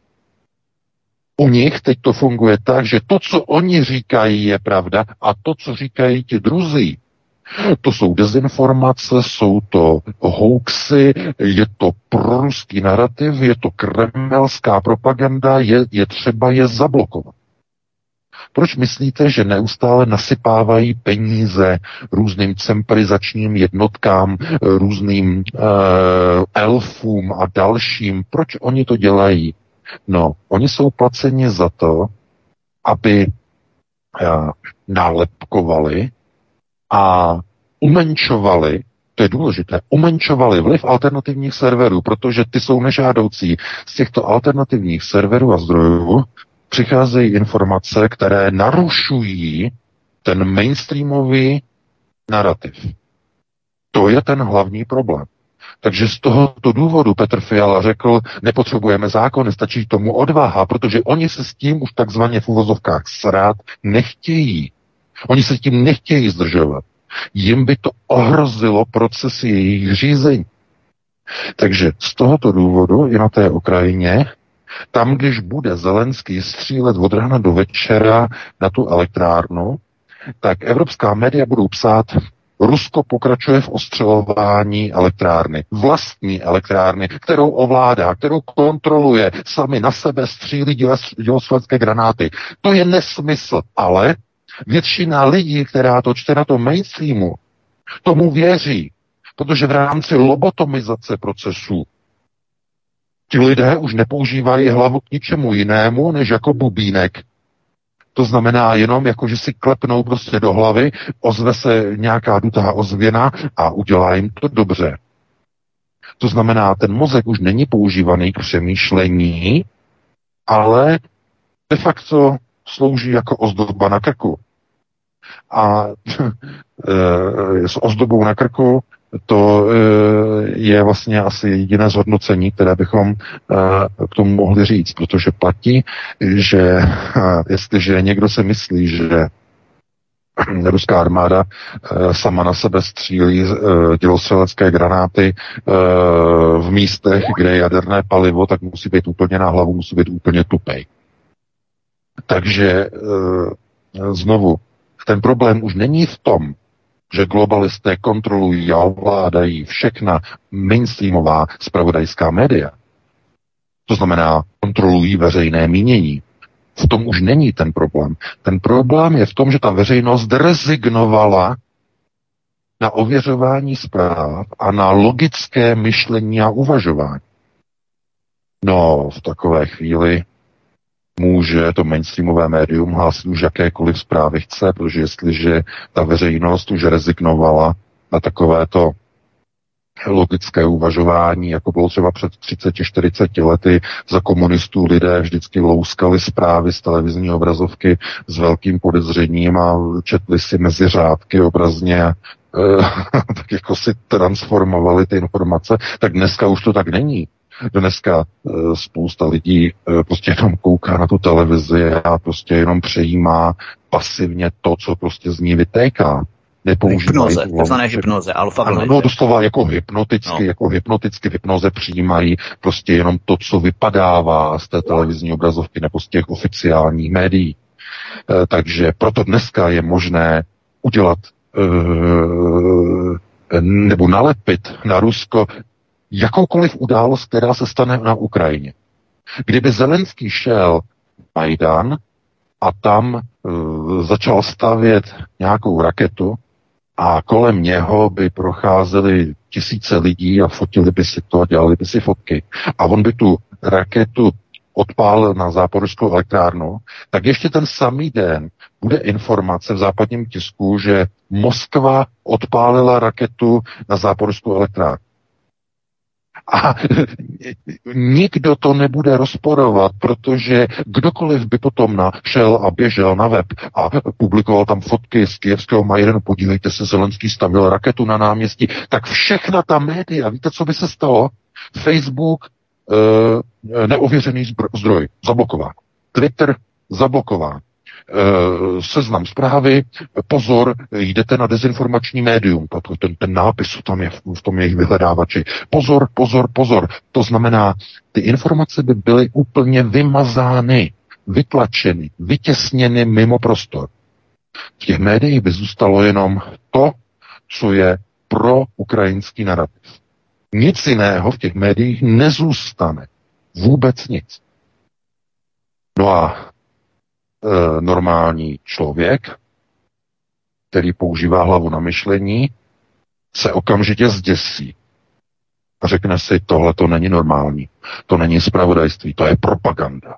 U nich teď to funguje tak, že to, co oni říkají, je pravda a to, co říkají ti druzí, to jsou dezinformace, jsou to hoaxy, je to proruský narrativ, je to kremelská propaganda, je, je třeba je zablokovat. Proč myslíte, že neustále nasypávají peníze různým cemperizačním jednotkám, různým uh, elfům a dalším? Proč oni to dělají? No, oni jsou placeni za to, aby uh, nálepkovali a umenčovali, to je důležité, umenčovali vliv alternativních serverů, protože ty jsou nežádoucí. Z těchto alternativních serverů a zdrojů přicházejí informace, které narušují ten mainstreamový narrativ. To je ten hlavní problém. Takže z tohoto důvodu Petr Fiala řekl, nepotřebujeme zákony, stačí tomu odvaha, protože oni se s tím už takzvaně v uvozovkách srát nechtějí. Oni se tím nechtějí zdržovat. Jim by to ohrozilo procesy jejich řízení. Takže z tohoto důvodu i na té Ukrajině, tam, když bude Zelenský střílet od rána do večera na tu elektrárnu, tak evropská média budou psát, Rusko pokračuje v ostřelování elektrárny. Vlastní elektrárny, kterou ovládá, kterou kontroluje, sami na sebe střílí dělostřelecké granáty. To je nesmysl, ale většina lidí, která to čte na tom mainstreamu, tomu věří, protože v rámci lobotomizace procesů ti lidé už nepoužívají hlavu k ničemu jinému, než jako bubínek. To znamená jenom, jako že si klepnou prostě do hlavy, ozve se nějaká dutá ozvěna a udělá jim to dobře. To znamená, ten mozek už není používaný k přemýšlení, ale de facto slouží jako ozdoba na krku. A s ozdobou na krku to je vlastně asi jediné zhodnocení, které bychom k tomu mohli říct, protože platí, že jestliže někdo se myslí, že ruská armáda sama na sebe střílí dělostřelecké granáty v místech, kde je jaderné palivo, tak musí být úplně na hlavu, musí být úplně tupej. Takže znovu, ten problém už není v tom, že globalisté kontrolují a ovládají všechna mainstreamová zpravodajská média. To znamená, kontrolují veřejné mínění. V tom už není ten problém. Ten problém je v tom, že ta veřejnost rezignovala na ověřování zpráv a na logické myšlení a uvažování. No, v takové chvíli může to mainstreamové médium hlásit už jakékoliv zprávy chce, protože jestliže ta veřejnost už rezignovala na takovéto logické uvažování, jako bylo třeba před třicet čtyřicet lety, za komunistů lidé vždycky louskali zprávy z televizní obrazovky s velkým podezřením a četli si mezi řádky obrazně, e, tak jako si transformovali ty informace, tak dneska už to tak není. Dneska e, spousta lidí e, prostě jenom kouká na tu televizi a prostě jenom přejímá pasivně to, co prostě z ní vytéká. Hypnoze, takzvané hypnoze, alfa vlny. No, doslova jako hypnoticky, no. jako hypnoticky v hypnoze přijímají prostě jenom to, co vypadává z té televizní obrazovky nebo z těch oficiálních médií. E, takže proto dneska je možné udělat e, nebo nalepit na Rusko jakoukoliv událost, která se stane na Ukrajině. Kdyby Zelenský šel Majdan a tam e, začal stavět nějakou raketu a kolem něho by procházely tisíce lidí a fotili by si to a dělali by si fotky a on by tu raketu odpálil na záporožskou elektrárnu, tak ještě ten samý den bude informace v západním tisku, že Moskva odpálila raketu na záporožskou elektrárnu. A nikdo to nebude rozporovat, protože kdokoliv by potom šel a běžel na web a publikoval tam fotky z kyjevského Majdanu, podívejte se, Zelenský stavil raketu na náměstí, tak všechna ta média, víte, co by se stalo? Facebook, e, neověřený zdroj, zablokován. Twitter, zablokován. E, seznam zprávy, pozor, jdete na dezinformační médium, ten, ten nápis tam je v tom jejich vyhledávači. Pozor, pozor, pozor. To znamená, ty informace by byly úplně vymazány, vytlačeny, vytěsněny mimo prostor. V těch médiích by zůstalo jenom to, co je pro ukrajinský narrativ. Nic jiného v těch médiích nezůstane. Vůbec nic. No a e, normální člověk, který používá hlavu na myšlení, se okamžitě zděsí. A řekne si, tohle to není normální. To není zpravodajství, to je propaganda.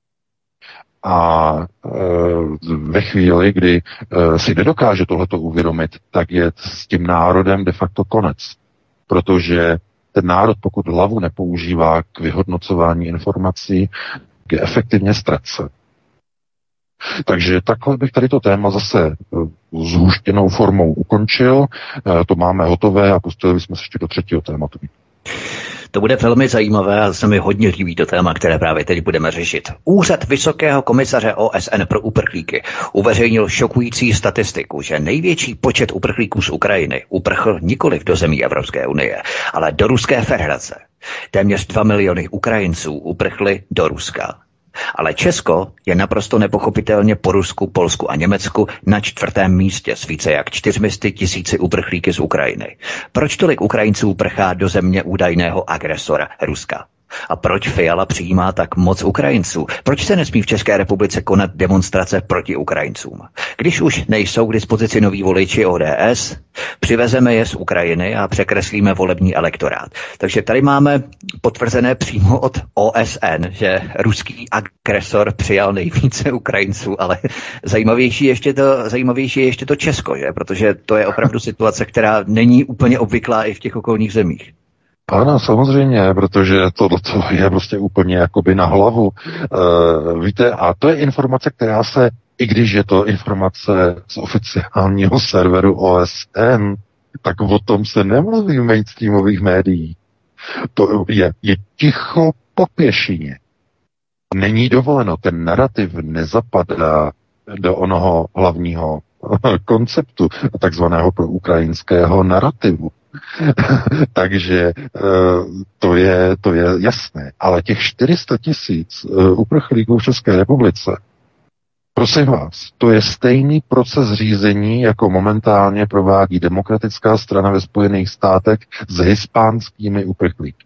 A e, ve chvíli, kdy e, si nedokáže tohleto uvědomit, tak je s tím národem de facto konec. Protože ten národ, pokud hlavu nepoužívá k vyhodnocování informací, je efektivně ztracen. Takže takhle bych tady to téma zase zhuštěnou formou ukončil. E, to máme hotové a pustili jsme se ještě do třetího tématu. To bude velmi zajímavé a se mi hodně líbí to téma, které právě teď budeme řešit. Úřad Vysokého komisaře O S N pro uprchlíky uveřejnil šokující statistiku, že největší počet uprchlíků z Ukrajiny uprchl nikoliv do zemí Evropské unie, ale do Ruské federace. Téměř dva miliony Ukrajinců uprchli do Ruska. Ale Česko je naprosto nepochopitelně po Rusku, Polsku a Německu na čtvrtém místě s více jak čtyřmi tisíci uprchlíky z Ukrajiny. Proč tolik Ukrajinců prchá do země údajného agresora Ruska? A proč Fiala přijímá tak moc Ukrajinců? Proč se nesmí v České republice konat demonstrace proti Ukrajincům? Když už nejsou k dispozici noví voliči O D S, přivezeme je z Ukrajiny a překreslíme volební elektorát. Takže tady máme potvrzené přímo od O S N, že ruský agresor přijal nejvíce Ukrajinců, ale zajímavější ještě to, zajímavější je ještě to Česko, že? Protože to je opravdu situace, která není úplně obvyklá i v těch okolních zemích. Ano, samozřejmě, protože to je prostě úplně jakoby na hlavu. E, víte, a to je informace, která se, i když je to informace z oficiálního serveru O S N, tak o tom se nemluví v mainstreamových médiích. To je, je ticho po pěšině. Není dovoleno, ten narrativ nezapadá do onoho hlavního konceptu, takzvaného proukrajinského narrativu. Takže to je, to je jasné. Ale těch čtyři sta tisíc uprchlíků v České republice, prosím vás, to je stejný proces řízení, jako momentálně provádí Demokratická strana ve Spojených státech s hispánskými uprchlíky.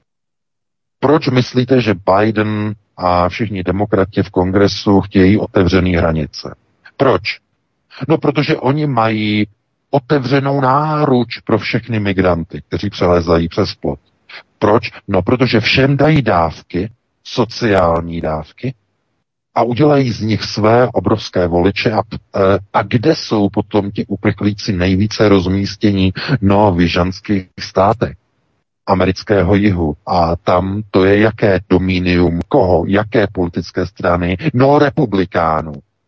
Proč myslíte, že Biden a všichni demokrati v kongresu chtějí otevřené hranice? Proč? No, protože oni mají otevřenou náruč pro všechny migranty, kteří přelézají přes plot. Proč? No, protože všem dají dávky, sociální dávky, a udělají z nich své obrovské voliče. A, a kde jsou potom ti uprchlíci nejvíce rozmístění? No, v jižanských státech amerického jihu. A tam to je jaké dominium, koho, jaké politické strany? No, republikánů.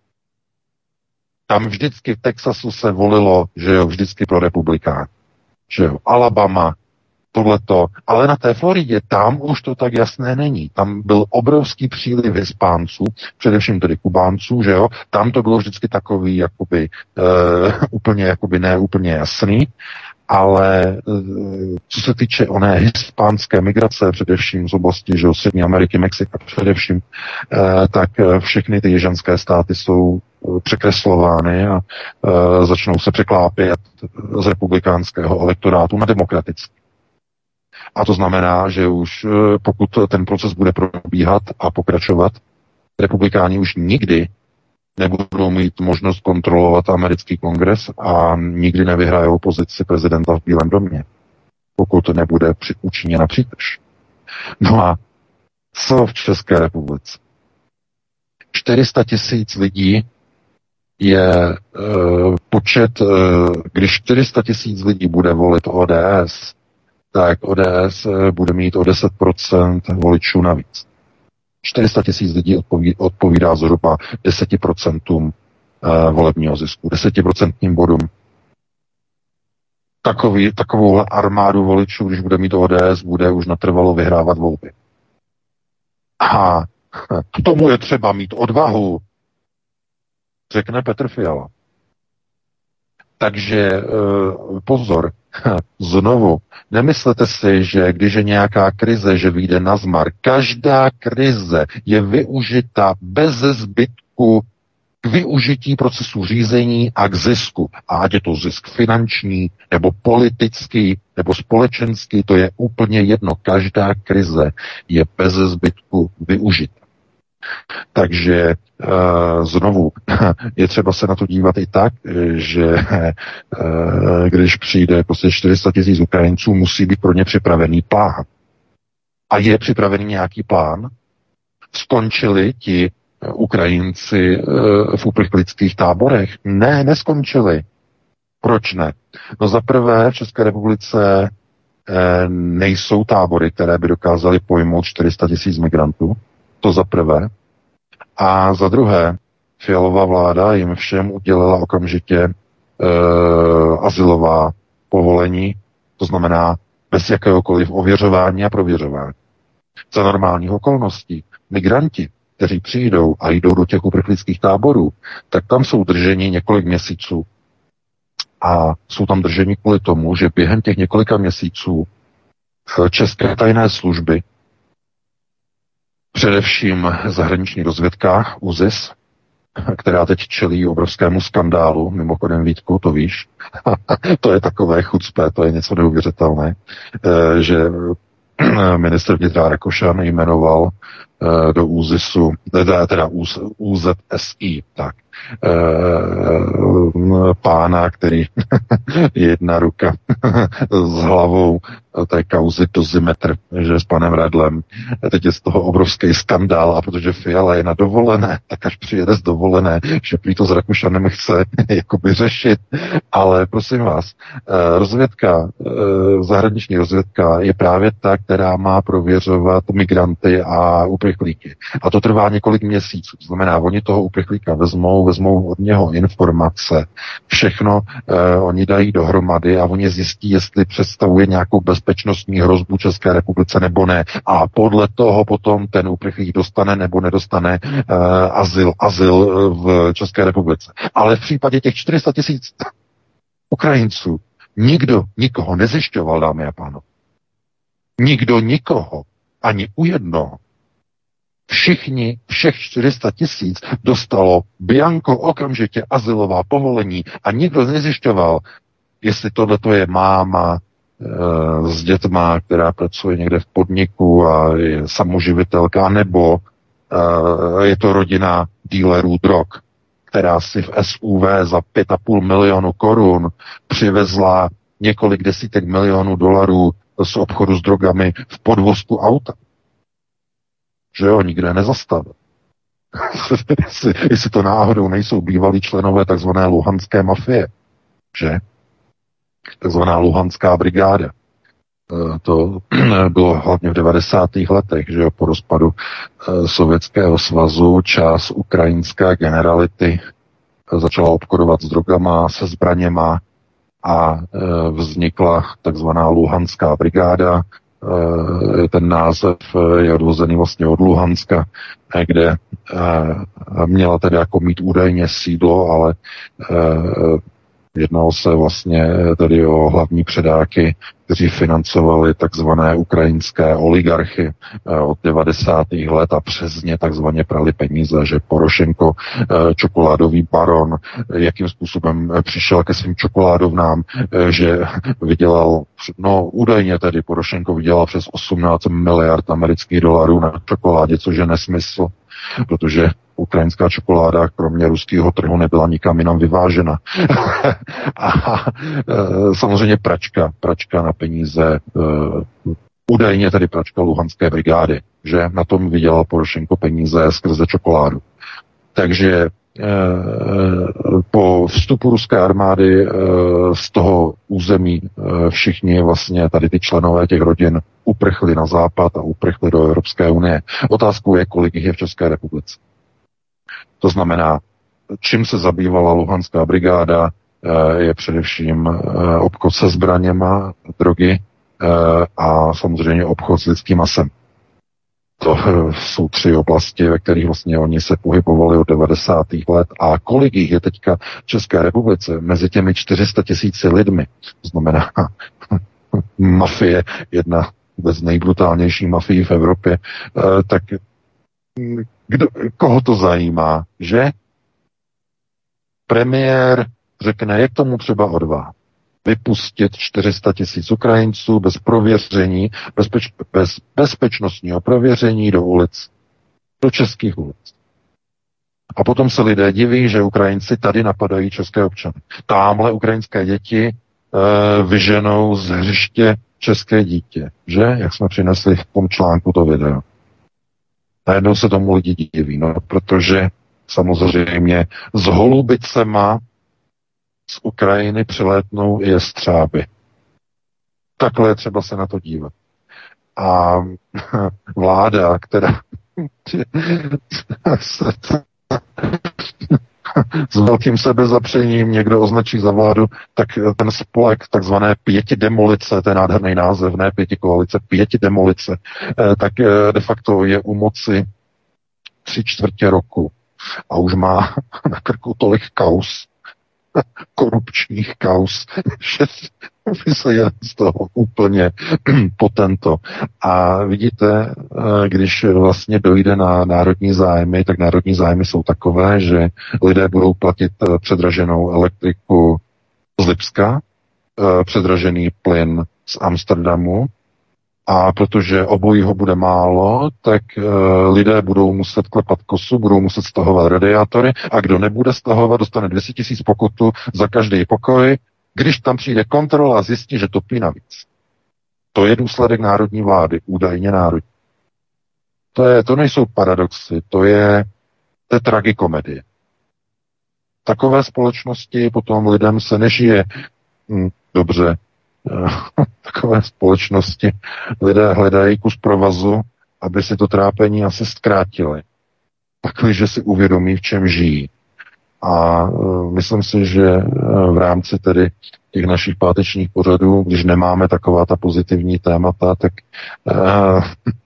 Tam vždycky v Texasu se volilo, že jo, vždycky pro republikán. Že jo, Alabama, tohleto. Ale na té Floridě, tam už to tak jasné není. Tam byl obrovský příliv Hispánců, především tedy Kubánců, že jo. Tam to bylo vždycky takový, jakoby, uh, úplně, jakoby ne úplně jasný. Ale co se týče oné hispánské migrace, především z oblasti, že Střední Ameriky, Mexika především, tak všechny ty jižanské státy jsou překreslovány a začnou se překlápět z republikánského elektorátu na demokratický. A to znamená, že už pokud ten proces bude probíhat a pokračovat, republikáni už nikdy nebudou mít možnost kontrolovat americký kongres a nikdy nevyhrajou pozici prezidenta v Bílém domě, pokud nebude učiněna přítrž. No a co v České republice? čtyři sta tisíc lidí je e, počet, e, když čtyři sta tisíc lidí bude volit O D S, tak O D S bude mít o deset procent voličů navíc. čtyři sta tisíc lidí odpoví, odpovídá zhruba deset procent uh, volebního zisku, deset procent bodům. Takový, takovou armádu voličů, když bude mít O D S, bude už natrvalo vyhrávat volby. A k tomu je třeba mít odvahu, řekne Petr Fiala. Takže uh, pozor, znovu, nemyslete si, že když je nějaká krize, že vyjde na zmar. Každá krize je využita bez zbytku k využití procesu řízení a k zisku. A ať je to zisk finanční, nebo politický, nebo společenský, to je úplně jedno. Každá krize je bez zbytku využita. Takže e, znovu je třeba se na to dívat i tak, že e, když přijde prostě čtyři sta tisíc Ukrajinců, musí být pro ně připravený plán. A je připravený nějaký plán? Skončili ti Ukrajinci e, v uprchlických táborech? Ne, neskončili. Proč ne? No za prvé v České republice e, nejsou tábory, které by dokázaly pojmout čtyři sta tisíc migrantů. To za prvé. A za druhé, Fialová vláda jim všem udělala okamžitě e, azylová povolení, to znamená bez jakéhokoliv ověřování a prověřování. Za normálních okolností migranti, kteří přijdou a jdou do těch uprchlických táborů, tak tam jsou drženi několik měsíců. A jsou tam drženi kvůli tomu, že během těch několika měsíců české tajné služby, především zahraniční rozvědka U Z I S, která teď čelí obrovskému skandálu, mimochodem Vítku, to víš, to je takové chucpé, to je něco neuvěřitelné, že ministr vnitra Rakušan jmenoval do ÚZISu, teda, teda U Z S I, tak, pána, který jedna ruka s hlavou té kauzy dozimetr, že s panem Redlem. Teď je z toho obrovský skandál a protože Fiala je na dovolené, tak až přijede z dovolené, že prý to s Rakušanem chce jakoby řešit. Ale prosím vás, rozvědka, zahraniční rozvědka je právě ta, která má prověřovat migranty a uprchlíky. A to trvá několik měsíců. To znamená, oni toho uprchlíka vezmou, vezmou od něho informace, všechno eh, oni dají dohromady a oni zjistí, jestli představuje nějakou bezpečnostní hrozbu České republice nebo ne. A podle toho potom ten uprchlík dostane nebo nedostane eh, azyl, azyl v České republice. Ale v případě těch čtyři sta tisíc Ukrajinců nikdo nikoho nezjišťoval, dámy a pánové. Nikdo nikoho, ani u jednoho. Všichni, všech čtyři sta tisíc dostalo bianko okamžitě azylová povolení a nikdo nezjišťoval, jestli tohleto je máma e, s dětma, která pracuje někde v podniku a je samoživitelka, nebo e, je to rodina dílerů drog, která si v S U V za pět a půl milionu korun přivezla několik desítek milionů dolarů z obchodu s drogami v podvozku auta. Že jo, nikde nezastavil. jestli, jestli to náhodou nejsou bývalí členové takzvané luhanské mafie, že? Takzvaná luhanská brigáda. To bylo hlavně v devadesátých letech, že jo, po rozpadu Sovětského svazu část ukrajinské generality začala obchodovat s drogama, se zbraněma a vznikla takzvaná luhanská brigáda. Ten název je odvozený vlastně od Luhanska, kde měla tedy jako mít údajně sídlo, ale jednalo se vlastně tedy o hlavní předáky, kteří financovali takzvané ukrajinské oligarchy od devadesátých let a přes ně takzvaně prali peníze, že Porošenko, čokoládový baron, jakým způsobem přišel ke svým čokoládovnám, že vydělal, no údajně tedy Porošenko vydělal přes osmnáct miliard amerických dolarů na čokoládě, což je nesmysl, protože ukrajinská čokoláda kromě ruského trhu nebyla nikam jinam vyvážena. a e, samozřejmě pračka, pračka na peníze, e, údajně tedy pračka Luhanské brigády, že na tom vydělal Porošenko peníze skrze čokoládu. Takže e, po vstupu ruské armády e, z toho území e, všichni vlastně tady ty členové těch rodin uprchli na západ a uprchli do Evropské unie. Otázkou je, kolik jich je v České republice. To znamená, čím se zabývala Luhanská brigáda, je především obchod se zbraněma, drogy a samozřejmě obchod s lidským masem. To jsou tři oblasti, ve kterých vlastně oni se pohybovali od devadesátých let. A kolik jich je teďka v České republice mezi těmi čtyři sta tisíci lidmi? To znamená, mafie, jedna z nejbrutálnějších mafií v Evropě, tak kdo, koho to zajímá, že? Premiér řekne, jak tomu třeba odvá. Vypustit čtyři sta tisíc Ukrajinců bez prověření, bezpeč, bez bezpečnostního prověření do ulic, do českých ulic. A potom se lidé diví, že Ukrajinci tady napadají české občany. Támhle ukrajinské děti e, vyženou z hřiště české dítě, že? Jak jsme přinesli v tom článku to video. Najednou se tomu lidi diví, no, protože samozřejmě z Holubicema z Ukrajiny přilétnou i jestřáby. Takhle je třeba se na to dívat. A vláda, která s velkým sebezapřením někdo označí za vládu, tak ten spolek takzvané pěti demolice, to je nádherný název, ne pěti koalice, pěti demolice, tak de facto je u moci tři čtvrtě roku a už má na krku tolik kaus, korupčních kaus, že se je z toho úplně potento. A vidíte, když vlastně dojde na národní zájmy, tak národní zájmy jsou takové, že lidé budou platit předraženou elektriku z Lipska, předražený plyn z Amsterdamu, A protože obojího bude málo, tak e, lidé budou muset klepat kosu, budou muset stahovat radiátory a kdo nebude stahovat, dostane dvě stě tisíc pokutu za každý pokoj, když tam přijde kontrola a zjistí, že topí navíc. To je důsledek národní vlády, údajně národní. To, je, to nejsou paradoxy, to je, to je tragikomedie. Takové společnosti potom lidem se nežije hm, dobře. Takové společnosti lidé hledají kus provazu, aby si to trápení asi zkrátili. Takže si uvědomí, v čem žijí. A uh, myslím si, že uh, v rámci tedy těch našich pátečních pořadů, když nemáme taková ta pozitivní témata, tak uh,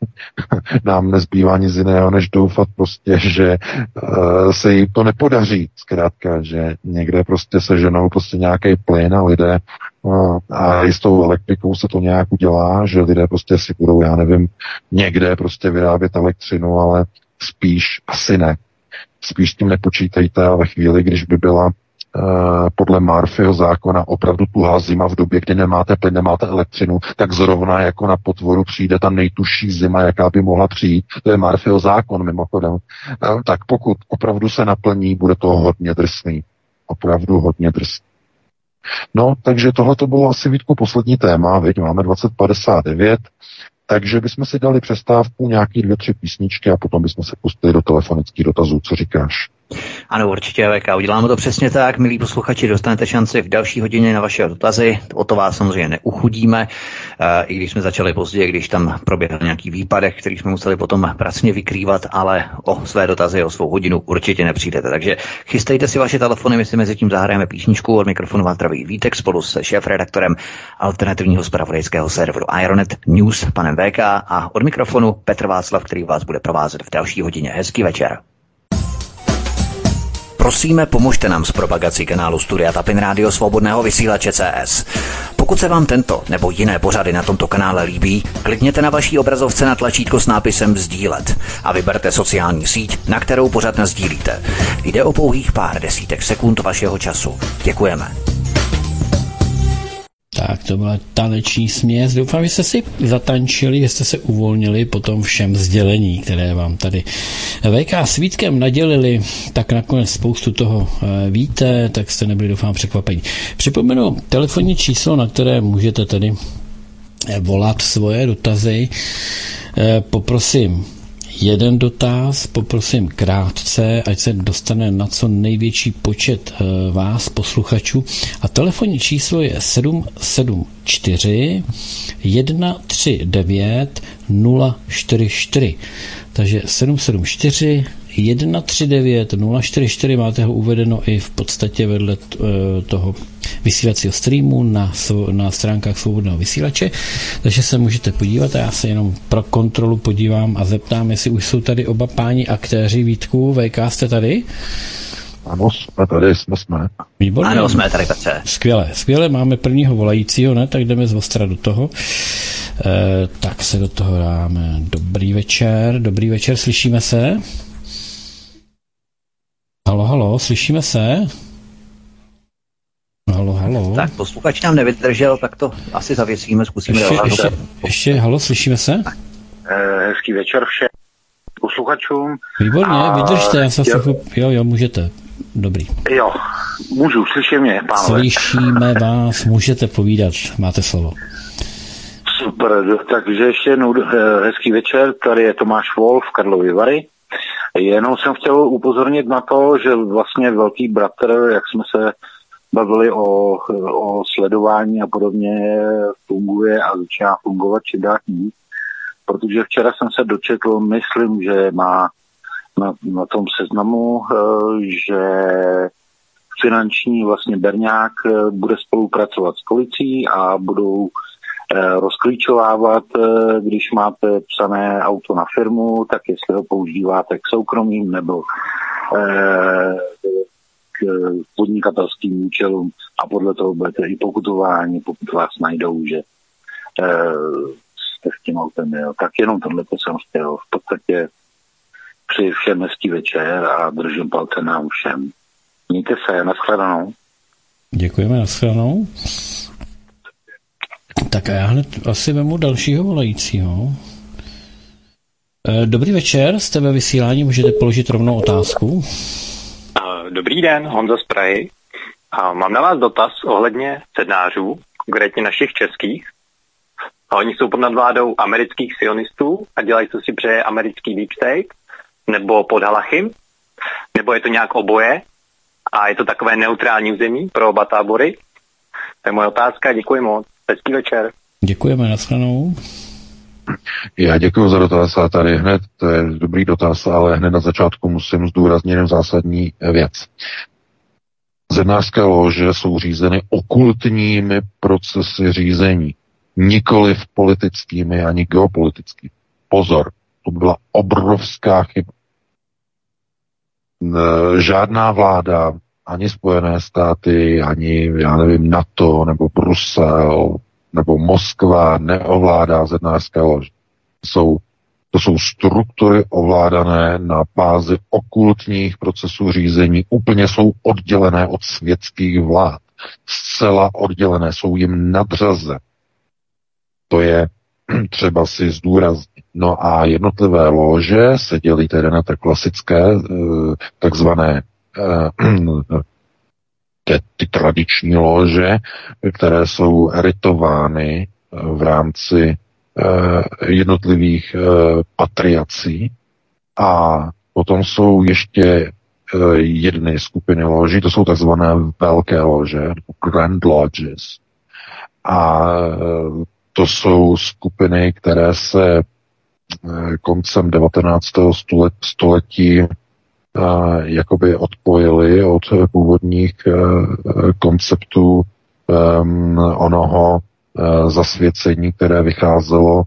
nám nezbývá nic jiného, než doufat prostě, že uh, se jim to nepodaří. Zkrátka, že někde prostě seženou prostě nějaký plyn a lidé uh, a i s tou elektrikou se to nějak udělá, že lidé prostě si budou, já nevím, někde prostě vyrábět elektřinu, ale spíš asi ne. Spíš s tím nepočítejte, ale ve chvíli, když by byla uh, podle Murphyho zákona opravdu tuhá zima v době, kdy nemáte plyn, nemáte elektřinu, tak zrovna jako na potvoru přijde ta nejtužší zima, jaká by mohla přijít. To je Murphyho zákon mimochodem. Uh, tak pokud opravdu se naplní, bude to hodně drsný. Opravdu hodně drsný. No, takže tohle to bylo asi, Vítku, poslední téma, viď? Máme dvacet padesát devět. Takže bychom si dali přestávku, nějaký dvě, tři písničky a potom bychom se pustili do telefonických dotazů. Co říkáš? Ano, určitě, V K. Uděláme to přesně tak. Milí posluchači, dostanete šanci v další hodině na vaše dotazy. O to vás samozřejmě neuchudíme, i když jsme začali později, když tam proběhl nějaký výpadek, který jsme museli potom pracně vykrývat, ale o své dotazy, o svou hodinu určitě nepřijdete. Takže chystejte si vaše telefony, my si mezi tím zahrajeme písničku. Od mikrofonu vás zdraví Vítek spolu se šéfredaktorem alternativního zpravodajského serveru Ironet News, panem V K, a od mikrofonu Petr Václav, který vás bude provázet v další hodině. Hezký večer. Prosíme, pomožte nám s propagací kanálu Studia Tapin Rádio Svobodného vysílače C S. Pokud se vám tento nebo jiné pořady na tomto kanále líbí, klikněte na vaší obrazovce na tlačítko s nápisem sdílet a vyberte sociální síť, na kterou pořad nasdílíte. Jde o pouhých pár desítek sekund vašeho času. Děkujeme. Tak, to byla taneční směs. Doufám, že jste si zatančili, že jste se uvolnili po tom všem sdělení, které vám tady V K s Vítkem nadělili, tak nakonec spoustu toho víte, tak jste nebyli, doufám, překvapení. Připomenu telefonní číslo, na které můžete tedy volat svoje dotazy. Poprosím jeden dotaz, poprosím krátce, ať se dostane na co největší počet vás, posluchačů. A telefonní číslo je sedm sedm čtyři jedna tři devět nula čtyři čtyři. Takže sedm sedm čtyři jedna tři devět nula čtyři čtyři, máte ho uvedeno i v podstatě vedle toho vysílacího streamu na, na stránkách Svobodného vysílače, takže se můžete podívat a já se jenom pro kontrolu podívám a zeptám, jestli už jsou tady oba páni aktéři. Vítku, V K, jste tady? Ano, jsme tady, jsme, jsme. Výborně. Ano, jsme tady, Petře. Skvěle, skvěle, máme prvního volajícího, ne? Tak jdeme z ostra do toho. E, tak se do toho dáme. Dobrý večer, dobrý večer, slyšíme se? Halo, halo, slyšíme se? Halo, halo. Tak posluchač nám nevydržel, tak to asi zavěsíme, zkusíme. Ještě, ještě, ještě, halo, slyšíme se? Hezký večer všem posluchačům. Výborně, a... vydržte, já se jo. jo, jo, můžete. Dobrý. Jo, můžu, slyší mě, pánové. Slyšíme vás, můžete povídat, máte slovo. Super, takže ještě jednou hezký večer, tady je Tomáš Wolf, Karlovy Vary. Jenom jsem chtěl upozornit na to, že vlastně velký bratr, jak jsme se bavili o, o sledování a podobně, funguje a začíná fungovat či dát nic. Protože včera jsem se dočetl, myslím, že má na, na tom seznamu, že finanční vlastně berňák bude spolupracovat s policií a budou rozklíčovávat, když máte psané auto na firmu, tak jestli ho používáte k soukromým nebo k podnikatelským účelům a podle toho budete i pokutováni, pokud vás najdou, že jste s tím autem jel. Tak jenom tohle jsem chtěl. V podstatě přeji všem hezký večer a držím palce nám všem. Mějte se, nashledanou. Děkujeme, nashledanou. Tak a já hned asi vemu dalšího volajícího. Dobrý večer, jste ve vysílání, můžete položit rovnou otázku. Dobrý den, Honza z Prahy. Mám na vás dotaz ohledně sednářů, konkrétně našich českých. Oni jsou pod nadvládou amerických sionistů a dělají, co si přeje americký deep state, nebo pod Halachim, nebo je to nějak oboje a je to takové neutrální území pro oba tábory. To je moje otázka, děkuji moc. Hezký večer. Děkujeme, nashledanou. Já děkuji za dotaz a tady hned, to je dobrý dotaz, ale hned na začátku musím zdůraznit jen zásadní věc. Zednářské lože jsou řízeny okultními procesy řízení, nikoliv politickými ani geopolitickými. Pozor, to byla obrovská chyba. Žádná vláda, ani Spojené státy, ani, já nevím, NATO, nebo Brusel, nebo Moskva neovládá zednářské lože. Jsou, to jsou struktury ovládané na bázi okultních procesů řízení. Úplně jsou oddělené od světských vlád. Zcela oddělené, jsou jim nadřaze. To je třeba si zdůraznit. No a jednotlivé lože se dělí tedy na ty klasické, takzvané ty tradiční lože, které jsou eritovány v rámci jednotlivých patriací. A potom jsou ještě jedny skupiny loží, to jsou takzvané velké lože, Grand Lodges. A to jsou skupiny, které se koncem devatenáctého století jakoby odpojily od původních konceptů onoho zasvěcení, které vycházelo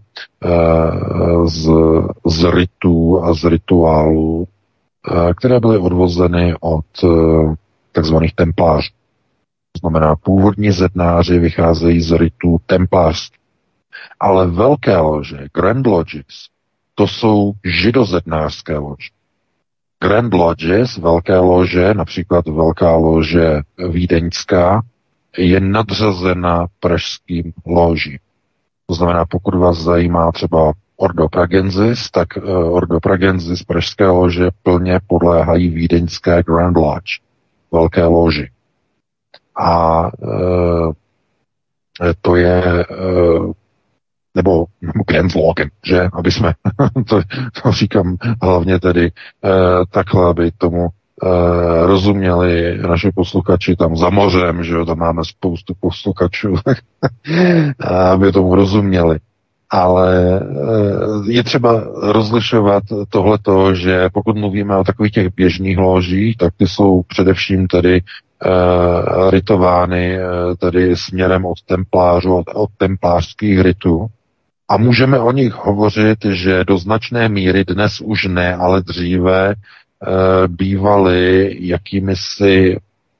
z, z rytů a z rituálů, které byly odvozeny od takzvaných templářů. To znamená, původní zednáři vycházejí z rytů templářství. Ale velké lože, Grand Lodges, to jsou židozednářské lože. Grand Lodges, velké lože, například velká lože vídeňská, je nadřazena pražským ložím. To znamená, pokud vás zajímá třeba Ordo Pragensis, tak uh, Ordo Pragensis pražské lože plně podléhají vídeňské Grand Lodge, velké loži. A uh, to je uh, nebo Grand Logen, že? Aby jsme, to, to říkám hlavně tedy uh, takhle, aby tomu uh, rozuměli naši posluchači tam za mořem, že jo, tam máme spoustu posluchačů, aby tomu rozuměli. Ale uh, je třeba rozlišovat tohleto, že pokud mluvíme o takových těch běžných ložích, tak ty jsou především tedy uh, ritovány uh, tedy směrem od templářů, od, od templářských rytů. A můžeme o nich hovořit, že do značné míry dnes už ne, ale dříve e, bývaly jakýmisi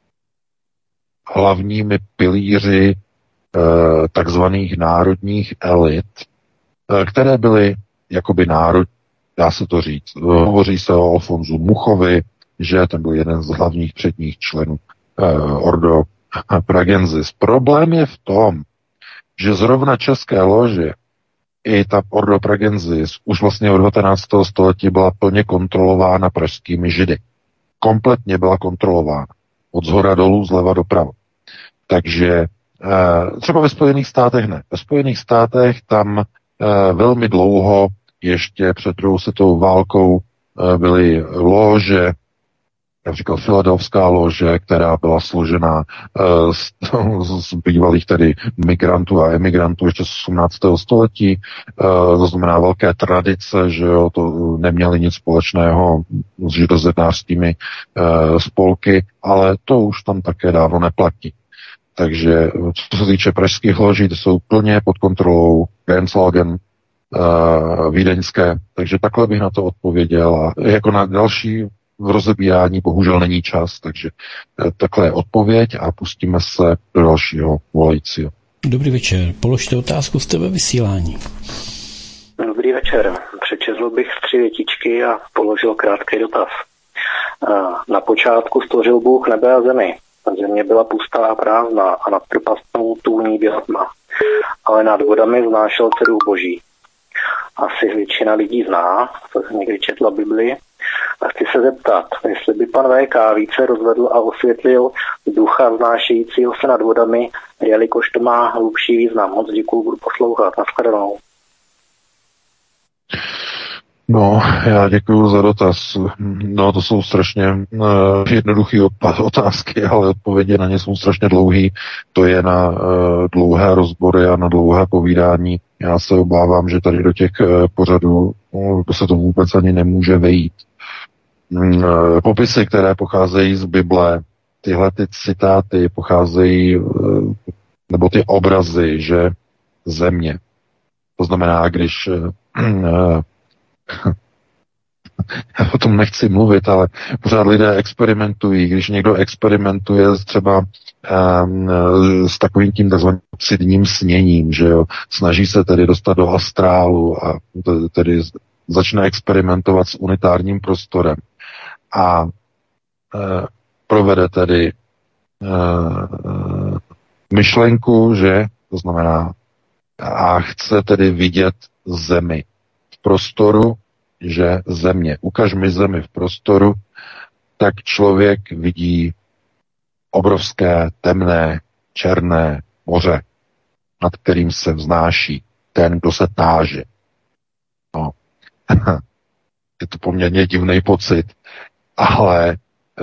hlavními pilíři e, takzvaných národních elit, e, které byly jakoby národ, dá se to říct. Hovoří se o Alfonzu Muchovi, že ten byl jeden z hlavních předních členů e, Ordo Pragensis. Problém je v tom, že zrovna české lože i ta Ordo Pragensis už vlastně od devatenáctého století byla plně kontrolována pražskými židy. Kompletně byla kontrolována. Od zhora dolů, zleva doprava. Takže třeba ve Spojených státech ne. Ve Spojených státech tam velmi dlouho, ještě před druhou světovou válkou, byly lože, například Filadelfská lože, která byla složena uh, z, z bývalých tedy migrantů a emigrantů ještě z osmnáctého století, uh, to znamená velké tradice, že jo, to neměli nic společného s židozednářskými uh, spolky, ale to už tam také dávno neplatí. Takže co se týče pražských loží, to jsou plně pod kontrolou Genslogen, uh, vídeňské, takže takhle bych na to odpověděl a jako na další v rozebírání bohužel není čas, takže takhle je odpověď a pustíme se do dalšího volajícího. Dobrý večer, položte otázku, jste ve vysílání. Dobrý večer, přečetl bych tři větičky a položil krátký dotaz. Na počátku stvořil Bůh nebe a zemi. Země byla pustá a prázdná a nad propastnou tůní byla tma. Ale nad vodami znášel se duch boží. Asi většina lidí zná, co jsem někdy četla Bibli. A chci se zeptat, jestli by pan V K více rozvedl a osvětlil ducha znášejícího se nad vodami, jelikož to má hlubší význam. Moc děkuju, budu poslouchat. Nashledanou. No, já děkuju za dotaz. No, to jsou strašně uh, jednoduché otázky, ale odpovědi na ně jsou strašně dlouhé. To je na uh, dlouhé rozbory a na dlouhé povídání. Já se obávám, že tady do těch uh, pořadů uh, se to vůbec ani nemůže vejít. Uh, popisy, které pocházejí z Bible, tyhle ty citáty pocházejí, uh, nebo ty obrazy, že země. To znamená, když uh, já o tom nechci mluvit, ale pořád lidé experimentují. Když někdo experimentuje třeba um, s takovým tím takzvaným lucidním sněním, že jo, snaží se tedy dostat do astrálu a tedy začne experimentovat s unitárním prostorem a uh, provede tedy uh, myšlenku, že to znamená a chce tedy vidět zemi v prostoru, že země, ukaž mi zemi v prostoru, tak člověk vidí obrovské, temné, černé moře, nad kterým se vznáší ten, kdo se táže. No. Je to poměrně divný pocit, ale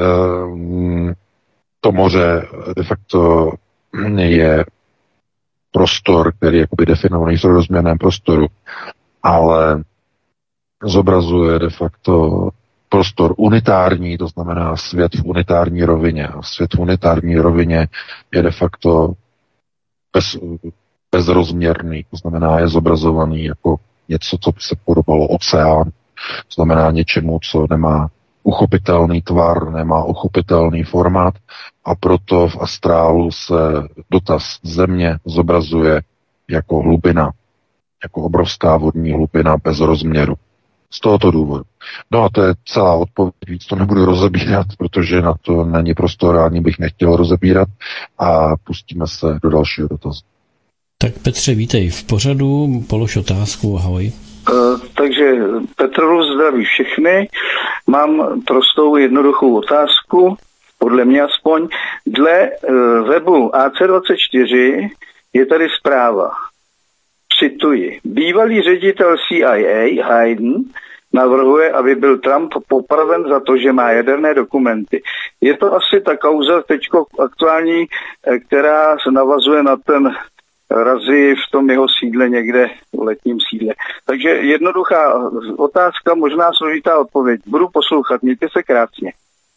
um, to moře de facto je prostor, který je jakoby definovaný v trojrozměrném prostoru, ale zobrazuje de facto prostor unitární, to znamená svět v unitární rovině. A svět v unitární rovině je de facto bez, bezrozměrný, to znamená je zobrazovaný jako něco, co by se podobalo oceán, to znamená něčemu, co nemá uchopitelný tvar, nemá uchopitelný formát a proto v astrálu se dotaz země zobrazuje jako hlubina, jako obrovská vodní hlubina bez rozměru. Z tohoto důvodu. No a to je celá odpověď, víc to nebudu rozebírat, protože na to není prostor, ani bych nechtěl rozebírat a pustíme se do dalšího dotazu. Tak Petře, vítej v pořadu, polož otázku, ahoj. Uh, takže Petrovu zdraví všechny. Mám prostou jednoduchou otázku, podle mě aspoň. Dle uh, webu A C dvacet čtyři je tady zpráva. Cituji. Bývalý ředitel C I A Hayden navrhuje, aby byl Trump popraven za to, že má jaderné dokumenty. Je to asi ta kauza teďko aktuální, která se navazuje na ten razy v tom jeho sídle někde, v letním sídle. Takže jednoduchá otázka, možná složitá odpověď. Budu poslouchat, mějte se krásně.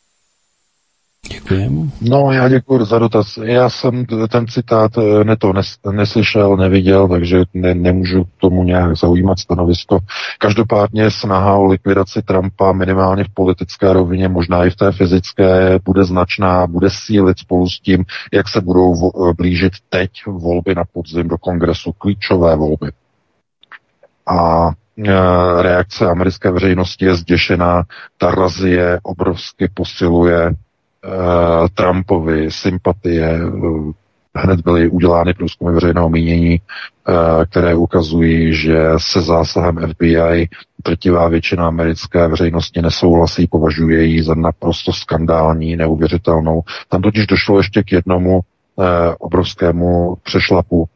Děkujem. No, já děkuji za dotaz. Já jsem ten citát ne to nes, neslyšel, neviděl, takže ne, nemůžu k tomu nějak zaujímat stanovisko. Každopádně snaha o likvidaci Trumpa minimálně v politické rovině, možná i v té fyzické, bude značná, bude sílit spolu s tím, jak se budou vo, blížit teď volby na podzim do kongresu, klíčové volby. A reakce americké veřejnosti je zděšená, ta razie obrovsky posiluje Trumpovi sympatie. Hned byly udělány průzkumy veřejného mínění, které ukazují, že se zásahem F B I drtivá většina americké veřejnosti nesouhlasí, považuje ji za naprosto skandální, neuvěřitelnou. Tam totiž došlo ještě k jednomu obrovskému přešlapu.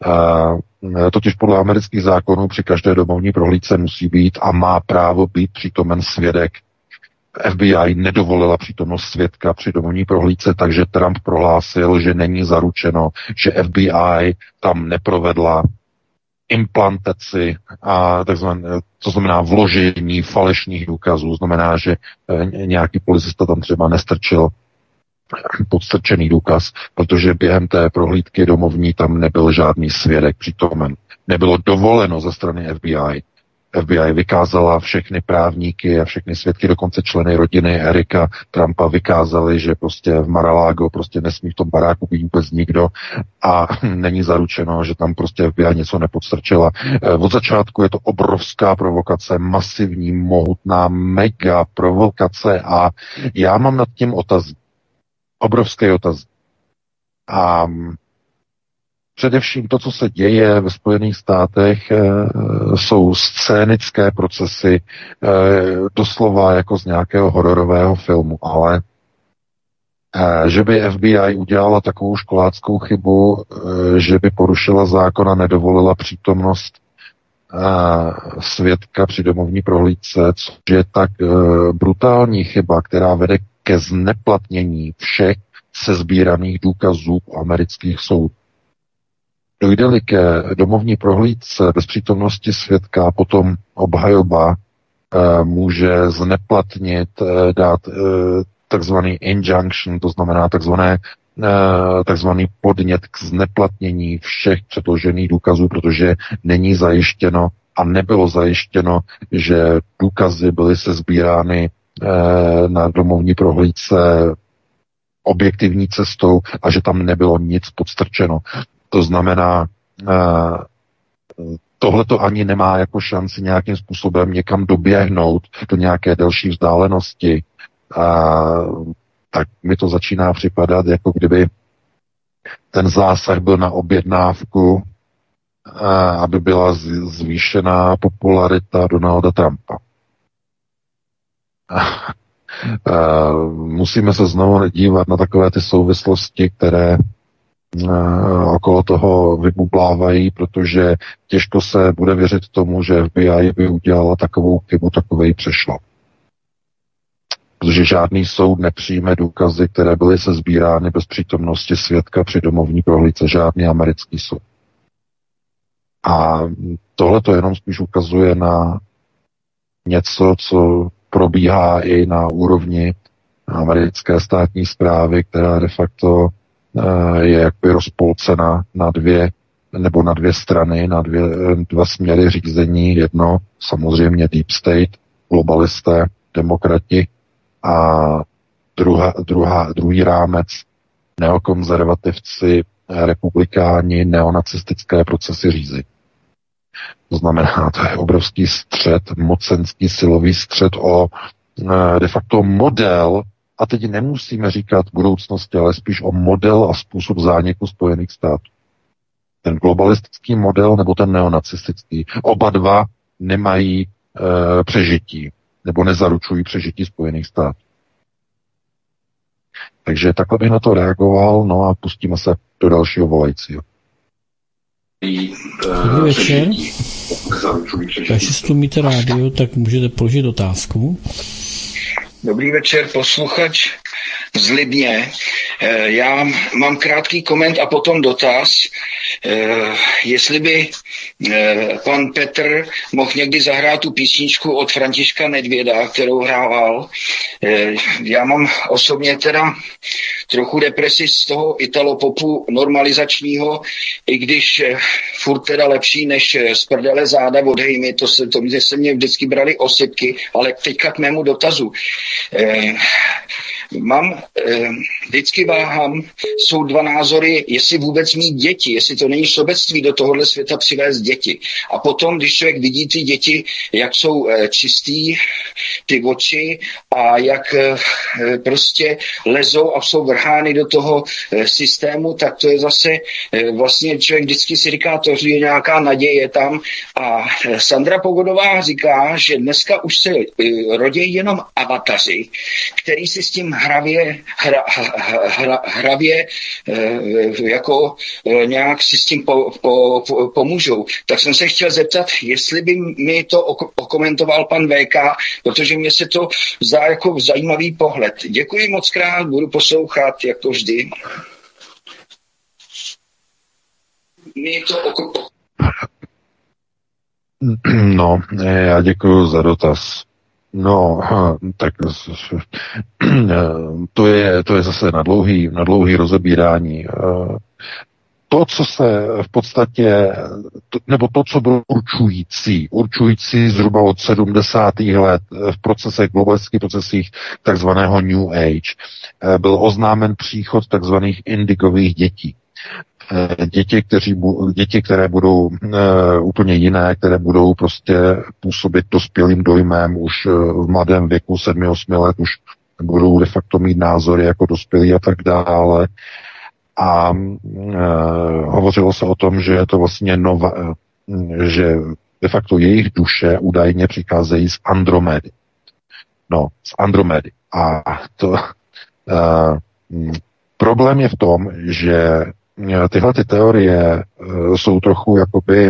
Totiž podle amerických zákonů při každé domovní prohlídce musí být a má právo být přítomen svědek. F B I nedovolila přítomnost svědka při domovní prohlídce, takže Trump prohlásil, že není zaručeno, že F B I tam neprovedla implantaci a takzvané, to znamená vložení falešných důkazů. Znamená, že nějaký policista tam třeba nestrčil podstrčený důkaz, protože během té prohlídky domovní tam nebyl žádný svědek přítomen. Nebylo dovoleno ze strany F B I. F B I vykázala všechny právníky a všechny svědky, dokonce členy rodiny Erika Trumpa vykázali, že prostě v Mar-a-Lago prostě nesmí v tom baráku být vůbec nikdo a není zaručeno, že tam prostě F B I něco nepodstrčila. Od začátku je to obrovská provokace, masivní, mohutná, mega provokace a já mám nad tím otazník. obrovský otazník. A především to, co se děje ve Spojených státech, jsou scénické procesy, doslova jako z nějakého hororového filmu, ale že by F B I udělala takovou školáckou chybu, že by porušila zákon a nedovolila přítomnost svědka při domovní prohlídce, což je tak brutální chyba, která vede ke zneplatnění všech sesbíraných důkazů amerických soudů. Dojde-li ke domovní prohlídce bez přítomnosti svědka, potom obhajoba e, může zneplatnit, e, dát e, takzvaný injunction, to znamená takzvané, e, takzvaný podnět k zneplatnění všech předložených důkazů, protože není zajištěno a nebylo zajištěno, že důkazy byly sesbírány e, na domovní prohlídce objektivní cestou a že tam nebylo nic podstrčeno. To znamená, tohle to ani nemá jako šanci nějakým způsobem někam doběhnout do nějaké delší vzdálenosti. A tak mi to začíná připadat, jako kdyby ten zásah byl na objednávku, aby byla zvýšená popularita Donalda Trumpa. Musíme se znovu dívat na takové ty souvislosti, které okolo toho vybublávají, protože těžko se bude věřit tomu, že F B I by udělala takovou chybu, takovej přešlo. Protože žádný soud nepřijme důkazy, které byly sesbírány bez přítomnosti svědka při domovní prohlídce, žádný americký soud. A tohle to jenom spíš ukazuje na něco, co probíhá i na úrovni americké státní správy, která de facto je jakoby rozpolcena na dvě nebo na dvě strany, na dvě, dva směry řízení. Jedno, samozřejmě Deep State, globalisté, demokrati a druhá, druhá, druhý rámec, neokonzervativci, republikáni, neonacistické procesy řízení. To znamená, to je obrovský střet, mocenský silový střet o de facto model, a teď nemusíme říkat budoucnosti, ale spíš o model a způsob zániku Spojených států. Ten globalistický model nebo ten neonacistický. Oba dva nemají e, přežití nebo nezaručují přežití Spojených států. Takže takhle bych na to reagoval, no a pustíme se do dalšího volajícího. Dobrý večer. Jestli tlumíte rádio, tak můžete položit otázku. Dobrý večer, posluchač z Libně. Já mám krátký koment a potom dotaz. Jestli by pan Petr mohl někdy zahrát tu písničku od Františka Nedvěda, kterou hrával. Já mám osobně teda trochu depresi z toho italopopu normalizačního, i když furt teda lepší než z prdele záda od hejmy, to se, to se mě vždycky brali osypky, ale teďka k mému dotazu. Mám, vždycky váhám, jsou dva názory, jestli vůbec mít děti, jestli to není sobectví do tohohle světa přivést děti. A potom, když člověk vidí ty děti, jak jsou čistý, ty oči a jak prostě lezou a jsou vrhány do toho systému, tak to je zase vlastně člověk vždycky si říká, to je nějaká naděje tam. A Sandra Pogodová říká, že dneska už se rodí jenom avataři, který si s tím hravě, hra, hra, hravě jako nějak si s tím po, po, po, pomůžou. Tak jsem se chtěl zeptat, jestli by mi to okomentoval pan V K, protože mně se to zdá jako zajímavý pohled. Děkuji moc krát, budu poslouchat jako vždy. Mi to oko... No, já děkuji za dotaz. No, tak to je, to je zase na dlouhý, na dlouhý rozebírání. To, co se v podstatě, nebo to, co bylo určující, určující zhruba od sedmdesátých let v procesech, globalistických procesích takzvaného New Age, byl oznámen příchod takzvaných indigových dětí. Děti, kteří, děti, které budou uh, úplně jiné, které budou prostě působit dospělým dojmem už uh, v mladém věku, sedmi osmi let, už budou de facto mít názory jako dospělí a tak dále. A e, hovořilo se o tom, že je to vlastně nova, e, že de facto jejich duše údajně přicházejí z Andromedy. No, z Andromedy. A to e, problém je v tom, že tyhle ty teorie e, jsou trochu jakoby e,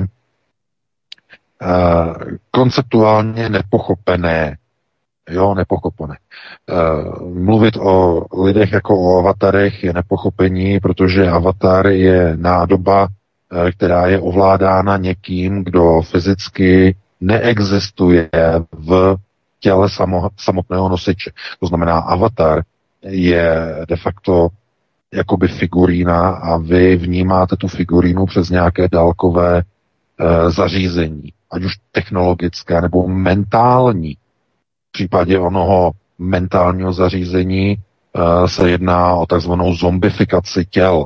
konceptuálně nepochopené. Jo, nepochopené. E, mluvit o lidech jako o avatarech je nepochopení, protože avatar je nádoba, e, která je ovládána někým, kdo fyzicky neexistuje v těle samo, samotného nosiče. To znamená, avatar je de facto jakoby figurína a vy vnímáte tu figurínu přes nějaké dálkové e, zařízení, ať už technologické nebo mentální. V případě onoho mentálního zařízení e, se jedná o takzvanou zombifikaci těl.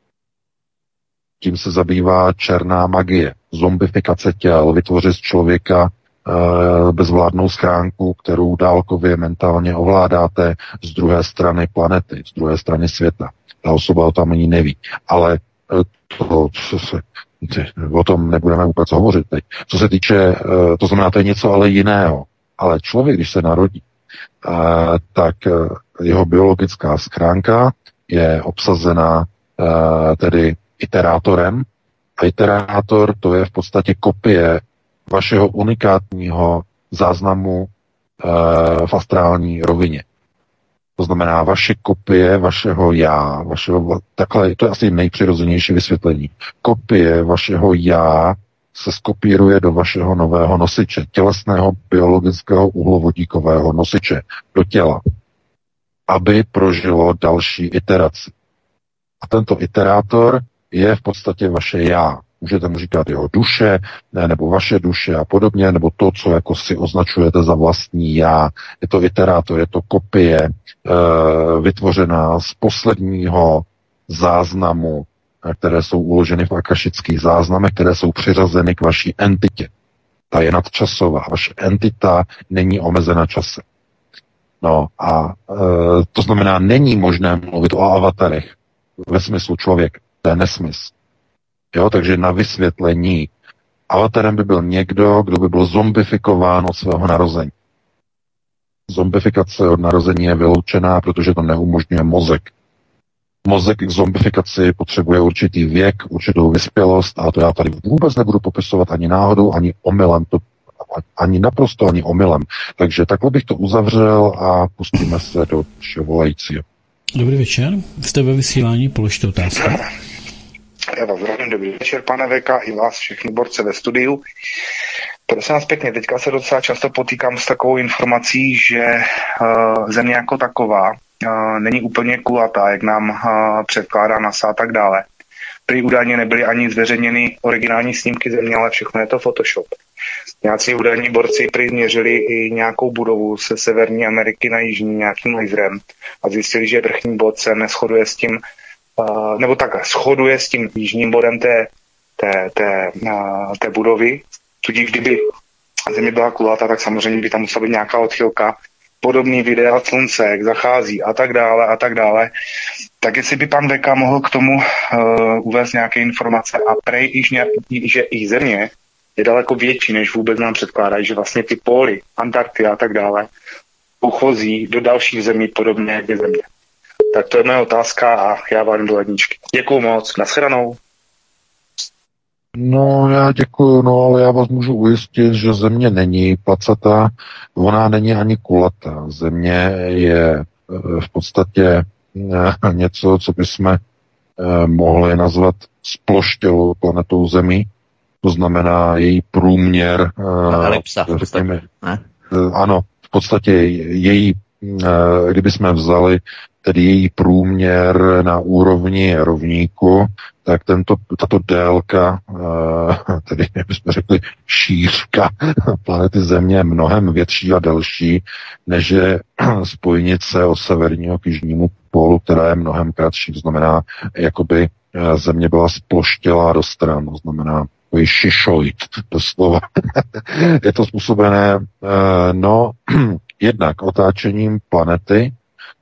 Tím se zabývá černá magie. Zombifikace těl, vytvořit z člověka e, bezvládnou schránku, kterou dálkově mentálně ovládáte z druhé strany planety, z druhé strany světa. Ta osoba o tom ani neví. Ale to, co se, o tom nebudeme vůbec hovořit teď. Co se týče, to znamená, to je něco ale jiného. Ale člověk, když se narodí, tak jeho biologická schránka je obsazena tedy iterátorem. A iterátor to je v podstatě kopie vašeho unikátního záznamu v astrální rovině. To znamená vaše kopie vašeho já, vašeho, takhle, to je asi nejpřirozenější vysvětlení. Kopie vašeho já se skopíruje do vašeho nového nosiče, tělesného biologického uhlovodíkového nosiče, do těla, aby prožilo další iteraci. A tento iterátor je v podstatě vaše já. Můžete mu říkat jeho duše, ne, nebo vaše duše a podobně, nebo to, co jako si označujete za vlastní já. Je to iterátor, je to kopie e, vytvořená z posledního záznamu, které jsou uloženy v akašických záznamech, které jsou přiřazeny k vaší entitě. Ta je nadčasová. Vaše entita není omezena časem. No a e, to znamená, není možné mluvit o avatarech ve smyslu člověk. To je nesmysl. Jo, takže na vysvětlení. Avatarem by byl někdo, kdo by byl zombifikován od svého narození. Zombifikace od narození je vyloučená, protože to neumožňuje mozek. Mozek k zombifikaci potřebuje určitý věk, určitou vyspělost a to já tady vůbec nebudu popisovat ani náhodou, ani omylem, to, ani naprosto, ani omylem. Takže takhle bych to uzavřel a pustíme se do volajícího. Dobrý večer, jste ve vysílání, položte otázku. Já vás zdravím, dobrý večer, pane Veka, i vás všechny borce ve studiu. Prosím vás pěkně, teďka se docela často potýkám s takovou informací, že uh, země jako taková uh, není úplně kulatá, jak nám uh, předkládá NASA a tak dále. Prý údajně nebyly ani zveřejněny originální snímky země, ale všechno je to Photoshop. Nějací údajní borci prý měřili i nějakou budovu se Severní Ameriky na jižní nějakým laserem a zjistili, že vrchní bod se neshoduje s tím, Uh, nebo tak shoduje s tím jižním bodem té, té, té, uh, té budovy. Tudíž kdyby země byla kulatá, tak samozřejmě by tam musela být nějaká odchylka. Podobný videa od slunce, jak zachází a tak dále a tak dále. Tak jestli by pan Veka mohl k tomu uh, uvést nějaké informace a prej, že i země je daleko větší, než vůbec nám předkládají, že vlastně ty póly, Antarktida a tak dále, uchozí do dalších zemí podobně, jak je země. Tak to je moje otázka a já vám do ledničky. Děkuju moc, nashledanou. No já děkuju, no ale já vás můžu ujistit, že země není placatá, ona není ani kulatá. Země je v podstatě něco, co bychom mohli nazvat sploštělou planetou Zemí. To znamená její průměr. No, elipsa, řekněme, ano, v podstatě její, kdybychom vzali tedy její průměr na úrovni rovníku, tak tento, tato délka, tedy jak bychom řekli šířka planety Země je mnohem větší a delší, než je spojnice od severního k jižnímu pólu, která je mnohem kratší. To znamená, jakoby Země byla sploštělá do stran, to znamená takový šišoid doslova. Je to způsobené, no, jednak otáčením planety,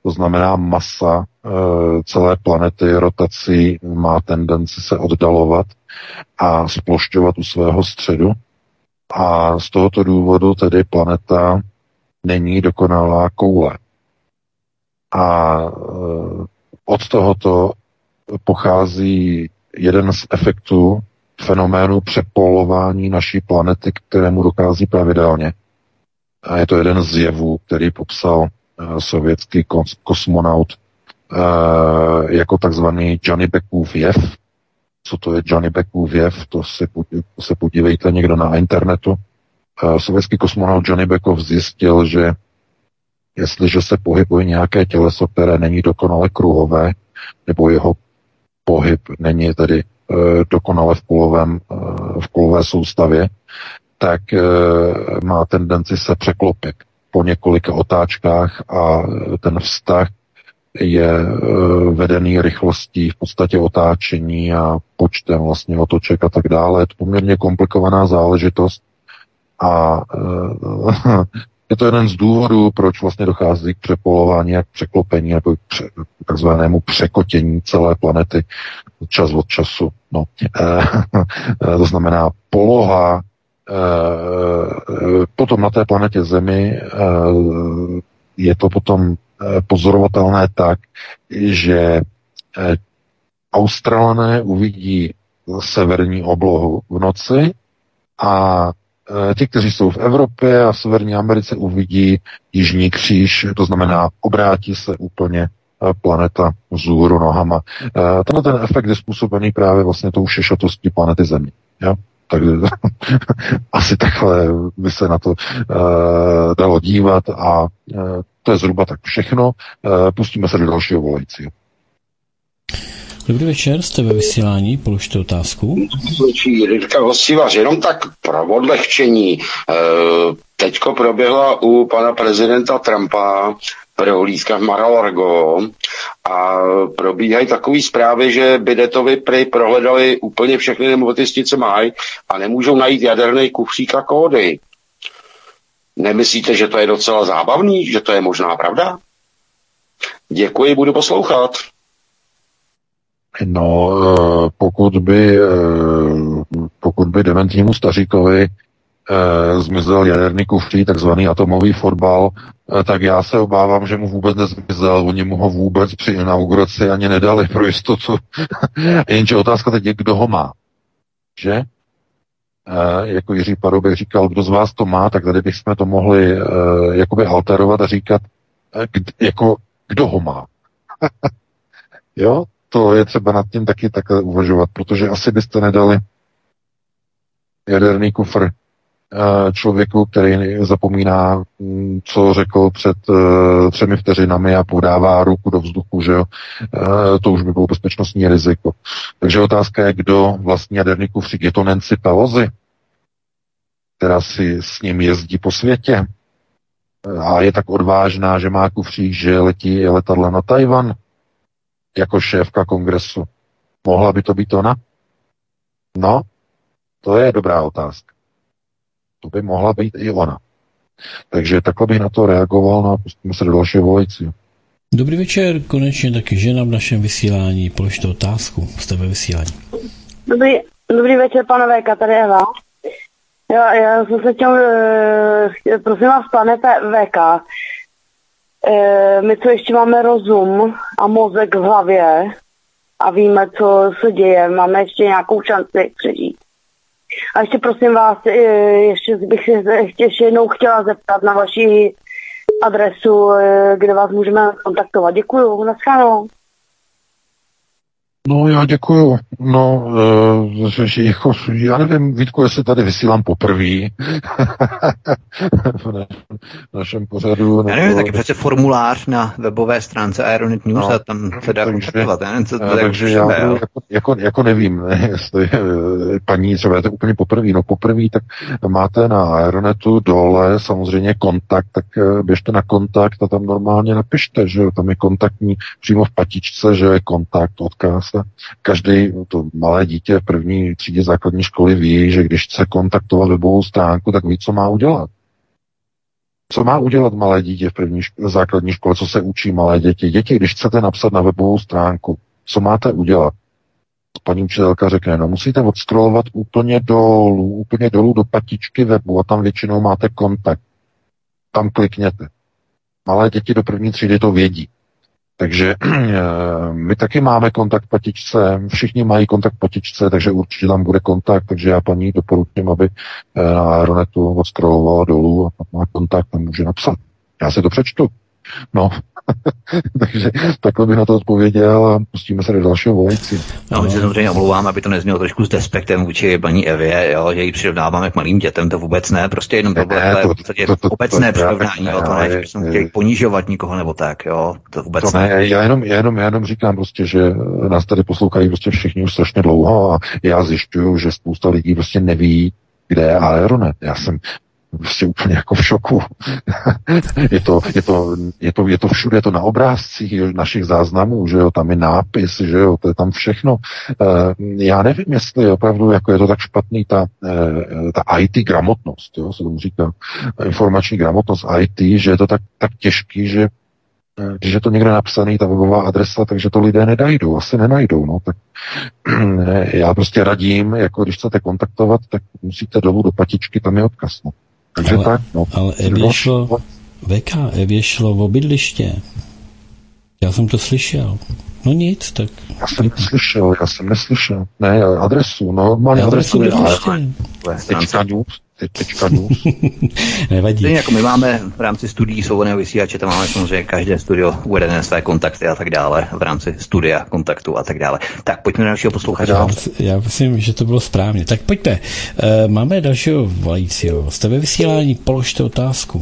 To znamená masa e, celé planety rotací má tendenci se oddalovat a splošťovat u svého středu. A z tohoto důvodu tedy planeta není dokonalá koule. A e, od tohoto pochází jeden z efektů fenoménu přepolování naší planety, k kterému dochází pravidelně. A je to jeden z jevů, který popsal uh, sovětský kos- kosmonaut uh, jako takzvaný Janibekův jev. Co to je Janibekův jev? To se, podí- to se podívejte někdo na internetu. Uh, sovětský kosmonaut Janibekov zjistil, že jestliže se pohybuje nějaké těleso, které není dokonale kruhové, nebo jeho pohyb není tedy uh, dokonale v, kulovém, uh, v kulové soustavě, tak e, má tendenci se překlopit po několika otáčkách a ten vztah je e, vedený rychlostí v podstatě otáčení a počtem vlastně otoček a tak dále. Je to poměrně komplikovaná záležitost a e, je to jeden z důvodů, proč vlastně dochází k přepolování a k překlopení nebo k pře, takzvanému překotění celé planety čas od času. No. E, to znamená poloha potom na té planetě Zemi je to potom pozorovatelné tak, že Australané uvidí severní oblohu v noci a ti, kteří jsou v Evropě a v Severní Americe, uvidí jižní kříž, to znamená obrátí se úplně planeta vzhůru nohama. Tenhle ten efekt je způsobený právě vlastně tou šešatostí planety Země. Jo? Tak asi takhle by se na to uh, dalo dívat a uh, to je zhruba tak všechno. Uh, pustíme se do dalšího volajícího. Dobrý večer, jste ve vysílání, položte otázku. Lidka Hostivař, jenom tak pro odlehčení. Teďko proběhla u pana prezidenta Trumpa prohlídka v Mar-a-Lago a probíhají takové zprávy, že Bidetovi prý prohledali úplně všechny nemovitosti, co mají a nemůžou najít jaderný kufřík a kódy. Nemyslíte, že to je docela zábavný, že to je možná pravda? Děkuji, budu poslouchat. No, pokud by, pokud by dementnímu staříkovi zmizel jaderný kufří, takzvaný atomový fotbal, tak já se obávám, že mu vůbec nezmizel, oni mu ho vůbec při inauguraci ani nedali pro jistotu. Jenže otázka teď je, kdo ho má. Že? E, jako Jiří Paroubek říkal, kdo z vás to má, tak tady bychom to mohli e, jakoby alterovat a říkat, e, kd, jako, kdo ho má. Jo? To je třeba nad tím taky takhle uvažovat, protože asi byste nedali jaderný kufr člověku, který zapomíná, co řekl před třemi vteřinami a podává ruku do vzduchu, že jo, to už by bylo bezpečnostní riziko. Takže otázka je, kdo vlastní jaderný kufřík. Je to Nancy Pelosi, která si s ním jezdí po světě a je tak odvážná, že má kufřík, že letí letadla na Tajvan jako šéfka kongresu. Mohla by to být ona? No, to je dobrá otázka. To by mohla být i ona. Takže takhle bych na to reagoval, no a pustíme se do dalšího volajícího. Dobrý večer, konečně taky žena v našem vysílání. Položte otázku, jste ve vysílání. Dobrý, dobrý večer, pane Véka, tady Eva. Já, já jsem se chtěl, e, prosím vás, pane Véka, e, my co ještě máme rozum a mozek v hlavě a víme, co se děje, máme ještě nějakou šanci přežít. A ještě prosím vás, ještě bych se ještě jednou chtěla zeptat na vaši adresu, kde vás můžeme kontaktovat. Děkuju, naschledanou. No já děkuju. No, uh, jako, já nevím, Vítku, jestli tady vysílám poprvé v našem pořadu. Já nevím, taky přece formulář na webové stránce Aeronet News no, a tam se dá kontaktovat. Já nevím, co to takže já jako, jako, jako nevím, ne, jestli paní třeba je to úplně poprvé. No poprvé, tak máte na Aeronetu dole samozřejmě kontakt, tak běžte na kontakt a tam normálně napište, že tam je kontaktní přímo v patičce, že je kontakt, odkaz. Každý to malé dítě v první třídě základní školy ví, že když chce kontaktovat webovou stránku, tak ví, co má udělat. Co má udělat malé dítě v první šk- základní škole, co se učí malé děti? Děti, když chcete napsat na webovou stránku, co máte udělat? Paní učitelka řekne, no musíte odskrolovat úplně dolů, úplně dolů do patičky webu a tam většinou máte kontakt. Tam klikněte. Malé děti do první třídy to vědí. Takže my taky máme kontakt patičce, všichni mají kontakt patičce, takže určitě tam bude kontakt, takže já paní doporučím, aby na Aeronetu odskrolovala dolů a pak má kontakt a může napsat. Já si to přečtu. No, takže takhle bych na to odpověděl a pustíme se do dalšího volající. No, my se samozřejmě omlouvám, aby to neznělo trošku s despektem vůči paní Evě, jo, že ji přirovnáváme k malým dětem, to vůbec ne, prostě jenom to bylo v podstatě obecné přirovnání, jo, to ne, že bychom chtěli ponižovat nikoho nebo tak, jo, to vůbec to ne. ne. Já jenom, já jenom, já jenom říkám prostě, že nás tady poslouchají prostě všichni už strašně dlouho a já zjišťuju, že spousta lidí prostě neví, kde je Aeronet. Já jsem prostě úplně jako v šoku. je, to, je, to, je, to, je to všude, je to na obrázcích našich záznamů, že jo, tam je nápis, že jo, to je tam všechno. Uh, já nevím, jestli opravdu jako je to tak špatný, ta, uh, ta í té gramotnost, jo, se tomu říká, informační gramotnost í té, že je to tak, tak těžký, že když je to někde napsaný, ta webová adresa, takže to lidé nedajdou, asi nenajdou, no, tak já prostě radím, jako když chcete kontaktovat, tak musíte dolů do patičky, tam je odkaz, no. Takže ale, tak, no. Ale Evě šlo, V K, Evě šlo v bydliště. Já jsem to slyšel. No nic, tak... Já jsem neslyšel, já jsem neslyšel. Ne, adresu, no, normální adresu. Adresu Tečka news, tečka news. Nevadí. Stejně jako my máme v rámci studií svobodného vysílače, tam máme samozřejmě každé studio uvedené své kontakty a tak dále, v rámci studia kontaktu a tak dále. Tak pojďme na dalšího posluchače. Já, já myslím, že to bylo správně. Tak pojďte. E, máme dalšího volajícího. Jste ve vysílání, položte otázku.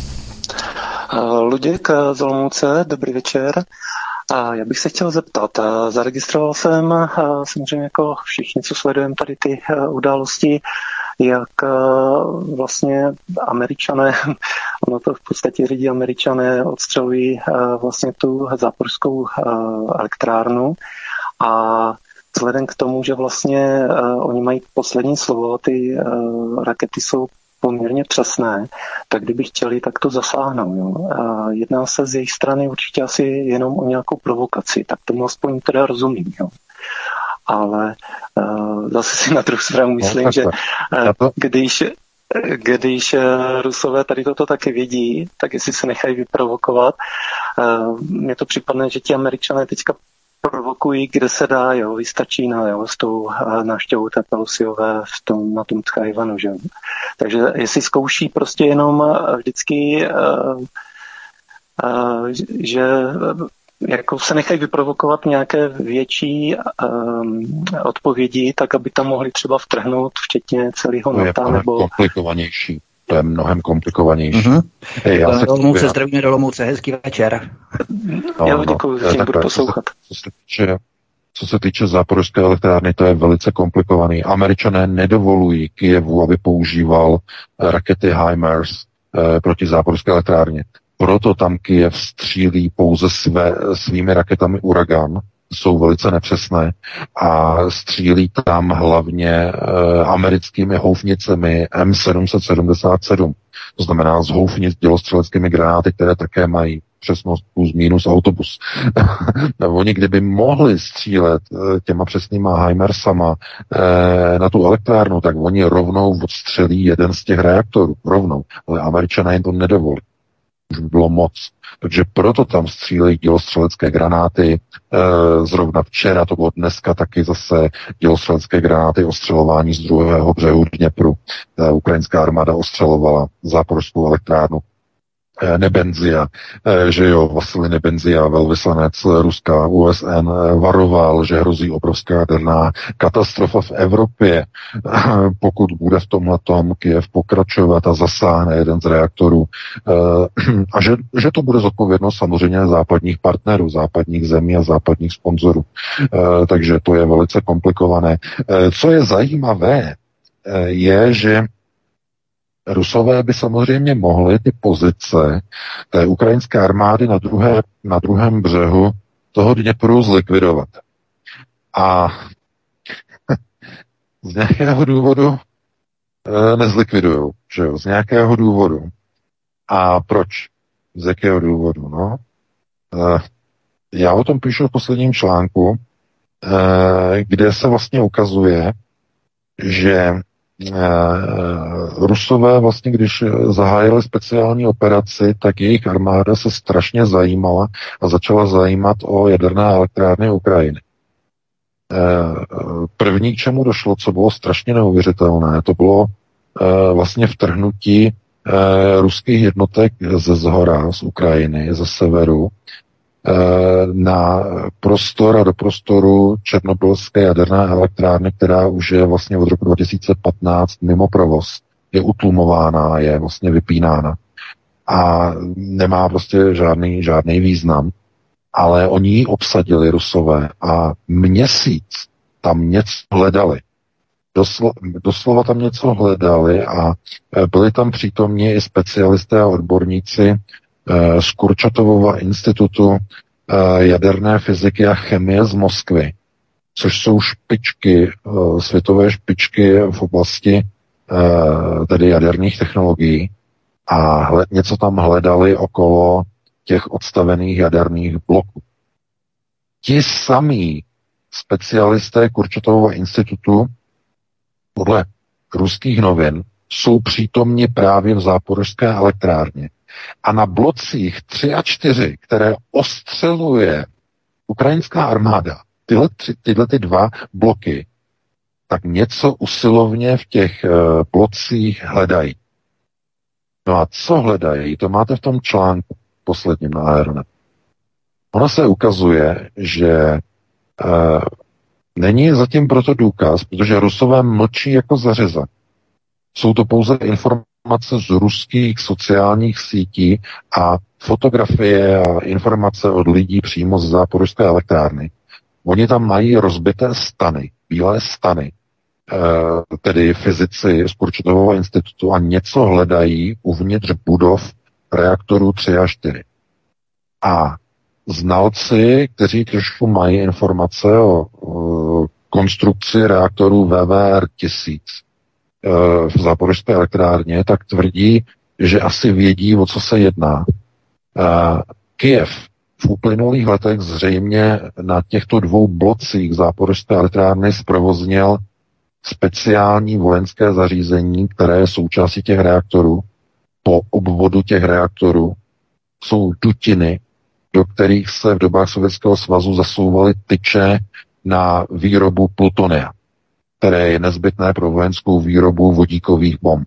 Luděk z Olomouce, dobrý večer. A já bych se chtěl zeptat, zaregistroval jsem samozřejmě jako všichni, co sledujeme tady ty události, jak vlastně Američané, ono to v podstatě lidi Američané odstřelují vlastně tu záporskou elektrárnu a vzhledem k tomu, že vlastně oni mají poslední slovo, ty rakety jsou poměrně přesné, tak kdyby chtěli, tak to zasáhnou. Jo. A jedná se z jejich strany určitě asi jenom o nějakou provokaci, tak tomu aspoň teda rozumím. Jo. Ale uh, zase si na druhou stranu myslím, no, že uh, když, když uh, Rusové tady toto taky vědí, tak jestli se nechají vyprovokovat, uh, mně to připadne, že ti Američané teďka provokují, kde se dá, jo, vystačí na, jo, s tou návštěvou té Pelosiové v tom, na tom Tchajvanu, že jo. Takže jestli zkouší prostě jenom vždycky, uh, uh, že jako se nechají vyprovokovat nějaké větší um, odpovědi, tak aby tam mohli třeba vtrhnout, včetně celého NATO, nebo... komplikovanější. To je mnohem komplikovanější. Mm-hmm. Hey, já se Olomouce, zdravíme do Olomouce, hezký večer. No, já děkuji, no, že budu poslouchat. Co se, týče, co se týče záporožské elektrárny, to je velice komplikovaný. Američané nedovolují Kyjevu, aby používal rakety HIMARS eh, proti záporožské elektrárně. Proto tam Kyjev střílí pouze své, svými raketami Uragan, jsou velice nepřesné a střílí tam hlavně e, americkými houfnicemi M sedm set sedmdesát sedm. To znamená z houfnic dělostřeleckými granáty, které také mají přesnost plus minus autobus. Oni kdyby mohli střílet e, těma přesnýma HIMARSama e, na tu elektrárnu, tak oni rovnou odstřelí jeden z těch reaktorů. Rovnou. Ale Američané jim to nedovolí. Už by bylo moc. Takže proto tam střílejí dělostřelecké granáty. E, zrovna včera, to bylo dneska taky zase dělostřelecké granáty, ostřelování z druhého břehu Dněpru. E, ukrajinská armáda ostřelovala záporskou elektrárnu. E, Nebenzia, e, že jo, Vasily Nebenzia, velvyslanec Ruska, U S N, e, varoval, že hrozí obrovská jaderná katastrofa v Evropě, e, pokud bude v tomhletom Kyjev pokračovat a zasáhne jeden z reaktorů. E, a že, že to bude zodpovědnost samozřejmě západních partnerů, západních zemí a západních sponzorů. E, takže to je velice komplikované. E, co je zajímavé, e, je, že Rusové by samozřejmě mohli ty pozice té ukrajinské armády na, druhé, na druhém břehu toho Dněpru zlikvidovat. A z nějakého důvodu e, nezlikvidujou, že jo, z nějakého důvodu A proč? Z jakého důvodu? No? Já o tom píšu v posledním článku, kde se vlastně ukazuje, že Rusové vlastně, když zahájili speciální operaci, tak jejich armáda se strašně zajímala a začala zajímat o jaderné elektrárny Ukrajiny. První, k čemu došlo, co bylo strašně neuvěřitelné, to bylo vlastně vtrhnutí ruských jednotek ze zhora, z Ukrajiny, ze severu, na prostor a do prostoru černobylské jaderné elektrárny, která už je vlastně od roku dva tisíce patnáct mimo provoz, je utlumována, je vlastně vypínána a nemá prostě žádný, žádný význam. Ale oni ji obsadili, Rusové, a měsíc tam něco hledali. Doslo, doslova tam něco hledali a byli tam přítomni i specialisté a odborníci z Kurčatovova institutu jaderné fyziky a chemie z Moskvy, což jsou špičky, světové špičky v oblasti tedy jaderných technologií a hled, něco tam hledali okolo těch odstavených jaderných bloků. Ti samí specialisté Kurčatovova institutu podle ruských novin jsou přítomni právě v Záporožské elektrárně. A na blocích tři a čtyři, které ostřeluje ukrajinská armáda, tyhle, tři, tyhle ty dva bloky, tak něco usilovně v těch uh, blocích hledají. No a co hledají, to máte v tom článku posledním na Aeronet. Ono se ukazuje, že uh, není zatím proto důkaz, protože Rusové mlčí jako zařeza. Jsou to pouze informace z ruských sociálních sítí a fotografie a informace od lidí přímo z Záporožské elektrárny. Oni tam mají rozbité stany, bílé stany, e, tedy fyzici z Kurčatovova institutu a něco hledají uvnitř budov reaktorů tři a čtyři. A znalci, kteří trošku mají informace o, o konstrukci reaktorů V V R tisíc v Záporožské elektrárně, tak tvrdí, že asi vědí, o co se jedná. Kyjev v uplynulých letech zřejmě na těchto dvou blocích Záporožské elektrárny zprovoznil speciální vojenské zařízení, které je součástí těch reaktorů. Po obvodu těch reaktorů jsou dutiny, do kterých se v dobách Sovětského svazu zasouvaly tyče na výrobu plutonia, které je nezbytné pro vojenskou výrobu vodíkových bomb.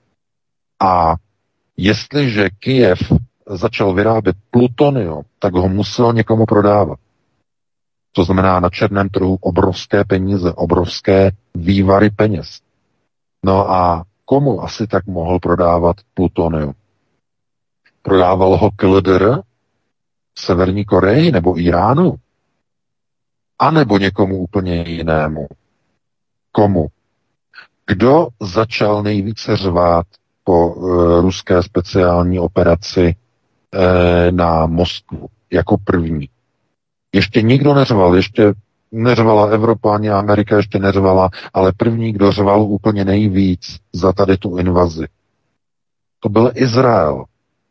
A jestliže Kyjev začal vyrábět plutonium, tak ho musel někomu prodávat. To znamená na černém trhu obrovské peníze, obrovské vývary peněz. No a komu asi tak mohl prodávat plutonium? Prodával ho K L D R, Severní Koreji nebo Iránu? A nebo někomu úplně jinému? Komu? Kdo začal nejvíce řvát po e, ruské speciální operaci e, na Moskvu jako první? Ještě nikdo neřval, ještě neřvala Evropa ani Amerika, ještě neřvala, ale první, kdo řval úplně nejvíc za tady tu invazi, to byl Izrael.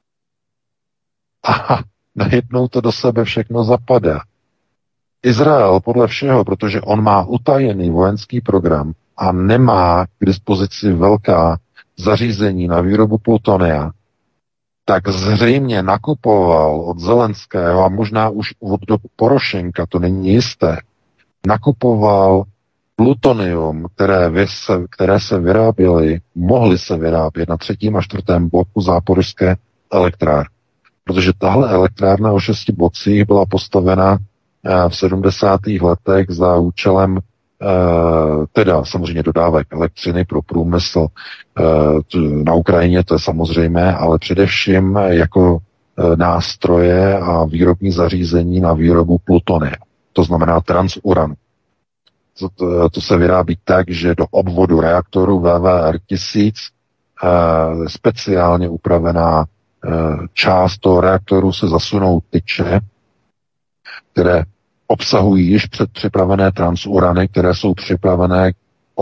A najednou to do sebe všechno zapadá. Izrael podle všeho, protože on má utajený vojenský program a nemá k dispozici velká zařízení na výrobu plutonia, tak zřejmě nakupoval od Zelenského a možná už od dobu Porošenka, to není jisté, nakupoval plutonium, které, se, které se vyráběly, mohly se vyrábět na třetím a čtvrtém bloku Záporožské elektrárny. Protože tahle elektrárna o šesti blocích byla postavena v sedmdesátých letech za účelem teda samozřejmě dodávek elektřiny pro průmysl na Ukrajině, to je samozřejmé, ale především jako nástroje a výrobní zařízení na výrobu plutonia, to znamená transuranu. To, to, to se vyrábí tak, že do obvodu reaktoru V V R tisíc speciálně upravená část toho reaktoru se zasunou tyče, které obsahují již předpřipravené transurany, které jsou připravené k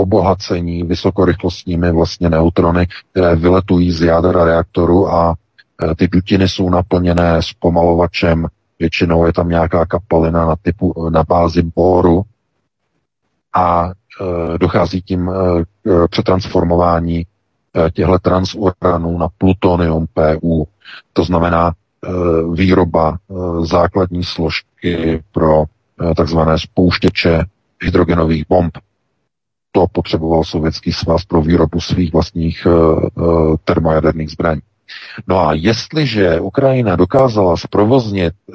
obohacení vysokorychlostními vlastně neutrony, které vyletují z jádra reaktoru a Ty dutiny jsou naplněné zpomalovačem, většinou je tam nějaká kapalina na, typu, na bázi boru a e, dochází tím e, k přetransformování e, těchto transuranů na plutonium P U. To znamená e, výroba e, základní složky pro e, takzvané spouštěče hydrogenových bomb. To potřeboval Sovětský svaz pro výrobu svých vlastních e, e, termojaderných zbraní. No a jestliže Ukrajina dokázala zprovoznit e,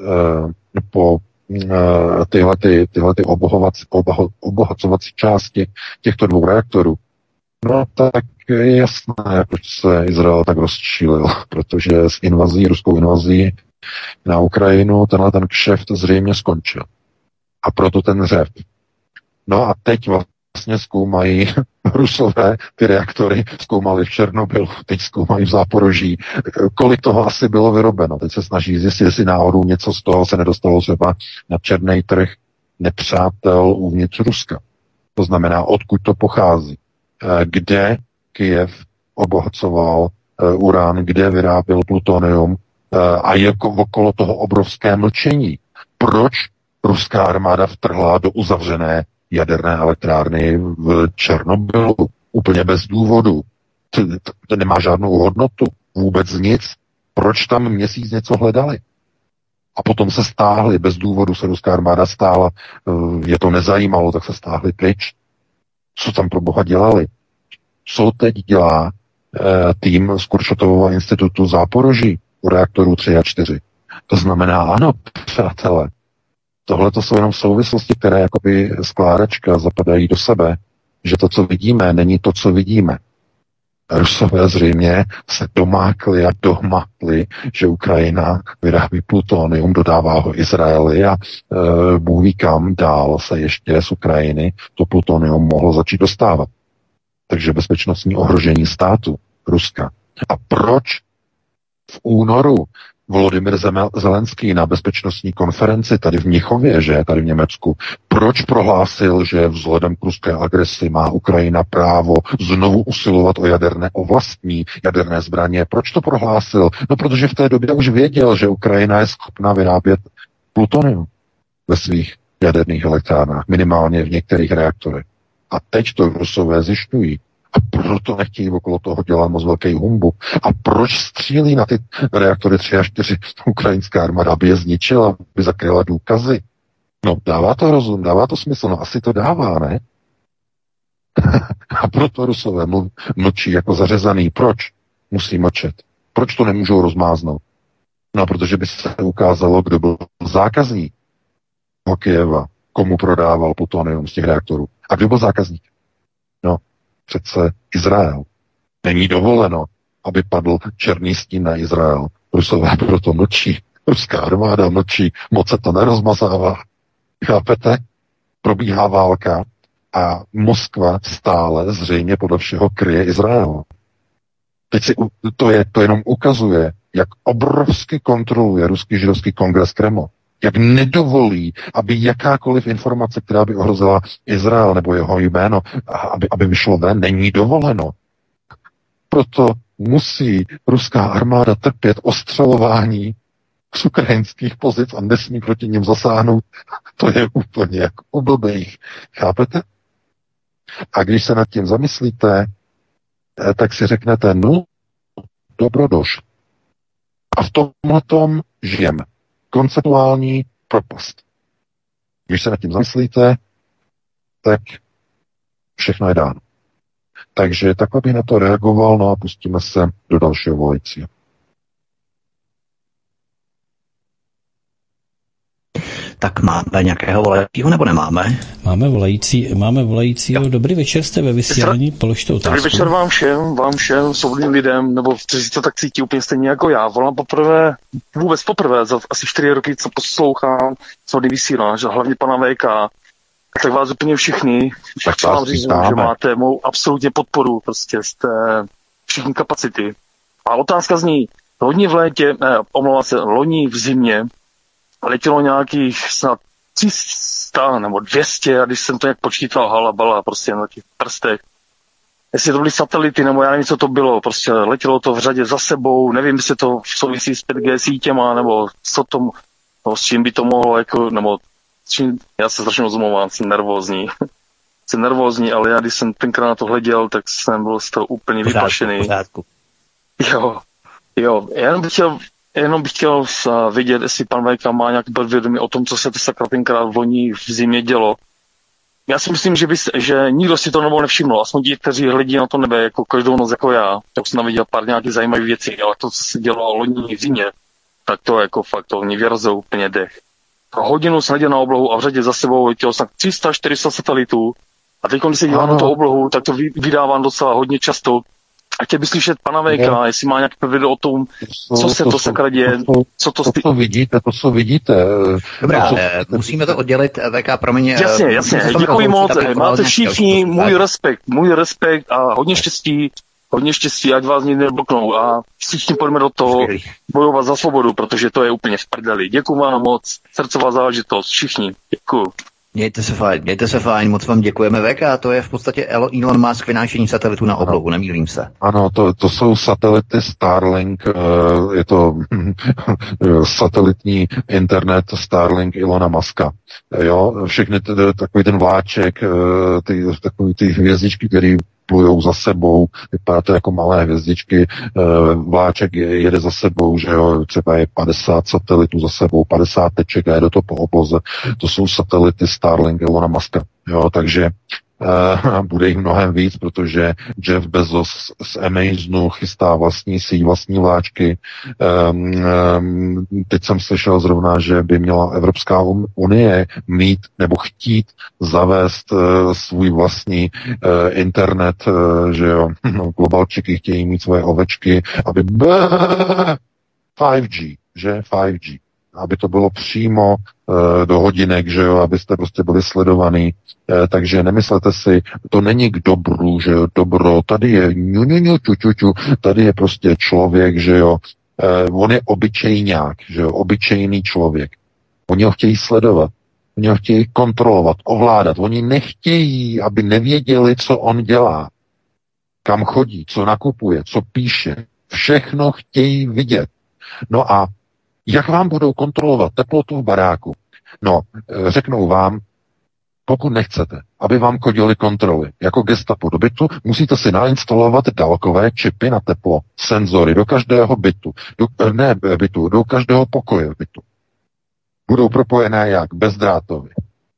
po e, tyhle, ty, tyhle ty obohovací, oboho, obohacovací části těchto dvou reaktorů, no tak je jasné, proč se Izrael tak rozčílil, protože s invazí, ruskou invazí na Ukrajinu tenhle ten kšeft zřejmě skončil. A proto ten řev. No a teď vlastně zkoumají Rusové ty reaktory, zkoumali v Černobylu, teď zkoumají v Záporoží, kolik toho asi bylo vyrobeno. Teď se snaží zjistit, jestli náhodou něco z toho se nedostalo třeba na černý trh nepřátel uvnitř Ruska. To znamená, odkud to pochází. Kde Kyjev obohacoval uran, kde vyráběl plutonium a je okolo toho obrovské mlčení. Proč ruská armáda vtrhla do uzavřené jaderné elektrárny v Černobylu úplně bez důvodu? To, to, to nemá žádnou hodnotu, vůbec nic. Proč tam měsíc něco hledali? A potom se stáhli, bez důvodu se ruská armáda stála, je to nezajímalo, tak se stáhli pryč. Co tam pro boha dělali? Co teď dělá eh, tým z Kurčatovova institutu Záporoží u reaktorů tři a čtyři? To znamená, ano, přátelé, tohle to jsou jenom souvislosti, které jakoby skládačka zapadají do sebe, že to, co vidíme, není to, co vidíme. Rusové zřejmě se domákli a dohmatli, že Ukrajina vyrábí plutonium, dodává ho Izraeli a e, Bůh ví kam dál se ještě z Ukrajiny to plutonium mohlo začít dostávat. Takže bezpečnostní ohrožení státu Ruska. A proč v únoru Volodymyr Zelenský na bezpečnostní konferenci tady v Mnichově, že tady v Německu, proč prohlásil, že vzhledem k ruské agresi má Ukrajina právo znovu usilovat o jaderné, o vlastní jaderné zbraně? Proč to prohlásil? No, protože v té době už věděl, že Ukrajina je schopná vyrábět plutonium ve svých jaderných elektrárnách, minimálně v některých reaktorech. A teď to Rusové zjišťují. A proto nechtějí okolo toho dělat moc velký humbuk. A proč střílí na ty reaktory tři a čtyři ukrajinská armáda, aby je zničila, aby zakryla důkazy? No, dává to rozum, dává to smysl, no asi to dává, ne? A proto Rusové ml- mlčí jako zařezaný. Proč musí mlčet? Proč to nemůžou rozmáznout? No, protože by se ukázalo, kdo byl zákazník Kyjeva, komu prodával plutonium z těch reaktorů. A kdo byl zákazník? No, přece Izrael. Není dovoleno, aby padl černý stín na Izrael. Rusové proto mlčí. Ruská armáda mlčí. Moc se to nerozmazává. Chápete? Probíhá válka a Moskva stále zřejmě podle všeho kryje Izrael. Teď si to, je, to jenom ukazuje, jak obrovsky kontroluje ruský židovský kongres Kreml. Jak nedovolí, aby jakákoliv informace, která by ohrozila Izrael nebo jeho jméno, aby, aby vyšlo ven, není dovoleno. Proto musí ruská armáda trpět ostřelování z ukrajinských pozic a nesmí proti nim zasáhnout. To je úplně jako u blbých. Chápete? A když se nad tím zamyslíte, tak si řeknete, no, dobrodošl. A v tomhletom žijeme. Konceptuální propast. Když se nad tím zamyslíte, tak všechno je dáno. Takže takhle bych na to reagoval, no a pustíme se do dalšího volajícího. Tak máme nějakého volajícího, nebo nemáme? Máme volající, máme volajícího. Dobrý večer, jste ve vysílání, položte otázku. Dobrý večer vám všem, vám všem, svobodným lidem, nebo kteří to tak cítí úplně stejně jako já. Volám poprvé, vůbec poprvé, za asi čtyři roky, co poslouchám, co vysílám, že hlavně pana V K. Tak vás úplně všichni, chci vám říct, že máte mou absolutně podporu, prostě jste všichni kapacity. A otázka zní, loni v létě, ne, omlouvám se, loni v zimě, letělo nějakých snad tři sta nebo dvě stě, a když jsem to jak počítal halabala prostě na těch prstech, jestli to byly satelity, nebo já nevím, co to bylo, prostě letělo to v řadě za sebou, nevím, jestli to souvisí s pět G sítěma, nebo co tomu, no, s čím by to mohlo, jako, nebo čím, já se strašně rozumím, jsem nervózní. jsem nervózní, ale já, když jsem tenkrát na to hleděl, tak jsem byl z toho úplně vyplašený. Jo, jo, já jenom bych chtěl, jenom bych chtěl vidět, jestli pan Vejka má nějaký podvědomí o tom, co se to sakra tenkrát v loni v zimě dělo. Já si myslím, že, by, že nikdo si to nebo nevšiml, aspoň ti, kteří hledí na to nebe jako každou noc jako já. Tak jsem tam viděl pár nějakých zajímavých věcí, ale to, co se dělo loni v zimě, tak to jako fakt, to mě vyrazilo úplně dech. Hodinu jsem hleděl na oblohu a v řadě za sebou letělo snad tři sta čtyři sta satelitů. A teď, když se dívám na tu oblohu, tak to vydávám docela hodně často. A chtěl bych slyšet pana Vejka, jestli má nějaké video o tom, co, co se to, to sakra děje, co to... To, co vidíte, to, co vidíte. Dobrá, to, co... musíme to oddělit, V K, promiň. Jasně, jasně, děkuji moc, máte všichni můj respekt, můj respekt a hodně štěstí, hodně štěstí, ať vás nikdy nebloknou a všichni pojďme do toho bojovat za svobodu, protože to je úplně v prdeli. Děkuji vám moc, srdcová záležitost, všichni, děkuji. Mějte se fajn, mějte se fajn, moc vám děkujeme. V K, to je v podstatě Elon Musk vynášení satelitu na oblohu, nemýlím se. Ano, to, to jsou satelity Starlink, je to satelitní internet Starlink Elona Muska. Jo, všechny t, takový ten vláček, ty, takový ty hvězdičky, které plujou za sebou, vypadá to jako malé hvězdičky, vláček jede za sebou, že jo, třeba je padesát satelitů za sebou, padesát teček a jede to po obloze. To jsou satelity Starlink Elona Muska, jo, takže Uh, bude jich mnohem víc, protože Jeff Bezos z Amazonu chystá vlastní síť, vlastní vláčky. Um, um, teď jsem slyšel zrovna, že by měla Evropská unie mít nebo chtít zavést uh, svůj vlastní uh, internet, uh, že jo, no, globalčiky chtějí mít svoje ovečky, aby pět G, že pět G. Aby to bylo přímo e, do hodinek, že jo, abyste prostě byli sledovaný. E, takže nemyslete si, to není k dobru, že jo, dobro, tady je ňu, ňu, ňu, ču, ču, ču, tady je prostě člověk, že jo, e, on je obyčejňák, že jo, obyčejný člověk. Oni ho chtějí sledovat, oni ho chtějí kontrolovat, ovládat, oni nechtějí, aby nevěděli, co on dělá, kam chodí, co nakupuje, co píše, všechno chtějí vidět. No a jak vám budou kontrolovat teplotu v baráku? No, řeknou vám, pokud nechcete, aby vám chodily kontroly jako gestapo do bytu, musíte si nainstalovat dálkové čipy na teplo, senzory do každého bytu, do, ne bytu, do každého pokoje v bytu. Budou propojené jak? Bezdrátově.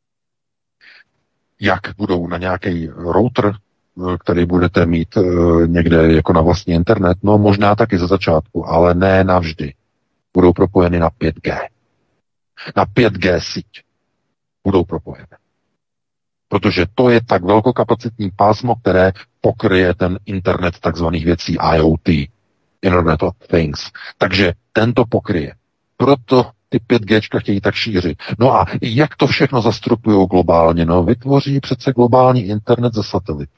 Jak budou na nějaký router, který budete mít někde jako na vlastní internet? No možná taky ze začátku, ale ne navždy. Budou propojeny na pět G. Na pět G síť budou propojeny. Protože to je tak velkokapacitní pásmo, které pokryje ten internet takzvaných věcí I O T, Internet of Things. Takže tento pokryje. Proto ty pět G chtějí tak šířit. No a jak to všechno zastrupují globálně? No, vytvoří přece globální internet ze satelit.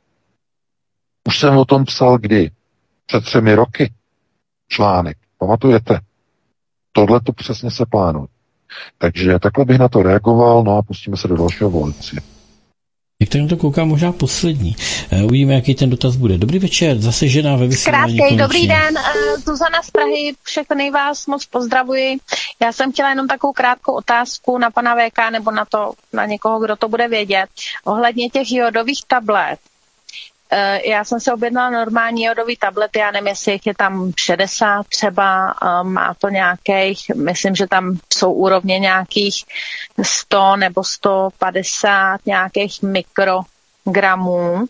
Už jsem o tom psal kdy? Před třemi roky. Článek. Pamatujete? Tohle to přesně se plánuje. Takže takhle bych na to reagoval, no a pustíme se do dalšího volci. Jak tak na to koukám, možná poslední. Uvidíme, jaký ten dotaz bude. Dobrý večer, zase žena ve vysílání. Krátkej, dobrý den, Zuzana z Prahy, všechny vás moc pozdravuji. Já jsem chtěla jenom takovou krátkou otázku na pana V K nebo na to, na někoho, kdo to bude vědět. Ohledně těch jodových tablet. Já jsem se objednala normální jodový tablet, já nevím, jestli jich je tam šedesát třeba, má to nějakých, myslím, že tam jsou úrovně nějakých sto nebo sto padesát nějakých mikrogramů.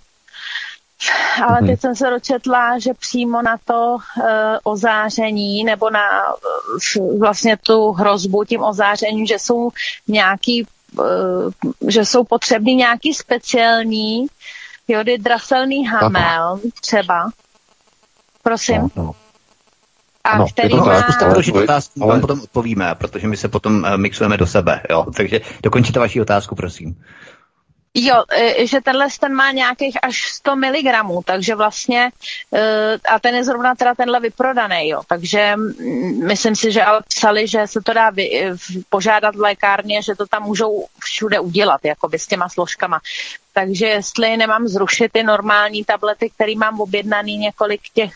Ale teď jsem se dočetla, že přímo na to e, ozáření nebo na vlastně tu hrozbu tím ozářením, že jsou nějaký, e, že jsou potřebný nějaký speciální jody, draselný hamel třeba. Prosím. No, no. A ano, který to má... Zkuste položit otázku, ale... vám potom odpovíme, protože my se potom uh, mixujeme do sebe, jo. Takže dokončíte vaši otázku, prosím. Jo, že tenhle ten má nějakých až sto miligramů, takže vlastně, a ten je zrovna teda tenhle vyprodaný, jo, takže myslím si, že ale psali, že se to dá vy, požádat v lékárně, že to tam můžou všude udělat, jakoby s těma složkama. takže jestli nemám zrušit ty normální tablety, které mám objednaný několik těch,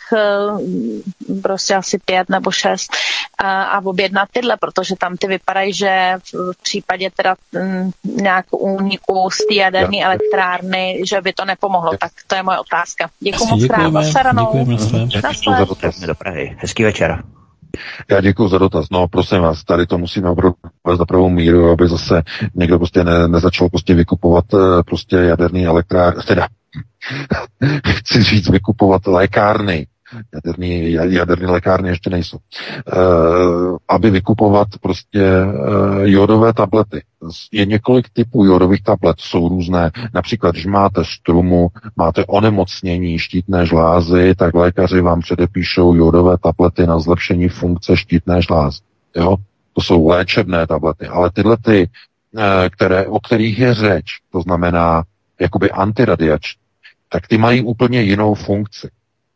prostě asi pět nebo šest, a, a objednat tyhle, protože tam ty vypadají, že v případě teda m, nějakou úniku z té jaderné elektrárny, že by to nepomohlo. Tak to je moje otázka. Děkuji moc krát. Děkujeme do Prahy. Hezký večer. Já děkuji za dotaz. No, prosím vás, tady to musíme opravdu za pravou míru, aby zase někdo prostě ne, nezačal prostě vykupovat prostě jaderný elektrárny, teda chci říct vykupovat lékárny. Jaderný, jaderný lékárny ještě nejsou. E, aby vykupovat prostě e, jodové tablety. Je několik typů jodových tablet, jsou různé. Například, když máte strumu, máte onemocnění štítné žlázy, tak lékaři vám předepíšou jodové tablety na zlepšení funkce štítné žlázy. Jo? To jsou léčebné tablety. Ale tyhle ty, e, které, o kterých je řeč, to znamená jakoby antiradiační, tak ty mají úplně jinou funkci.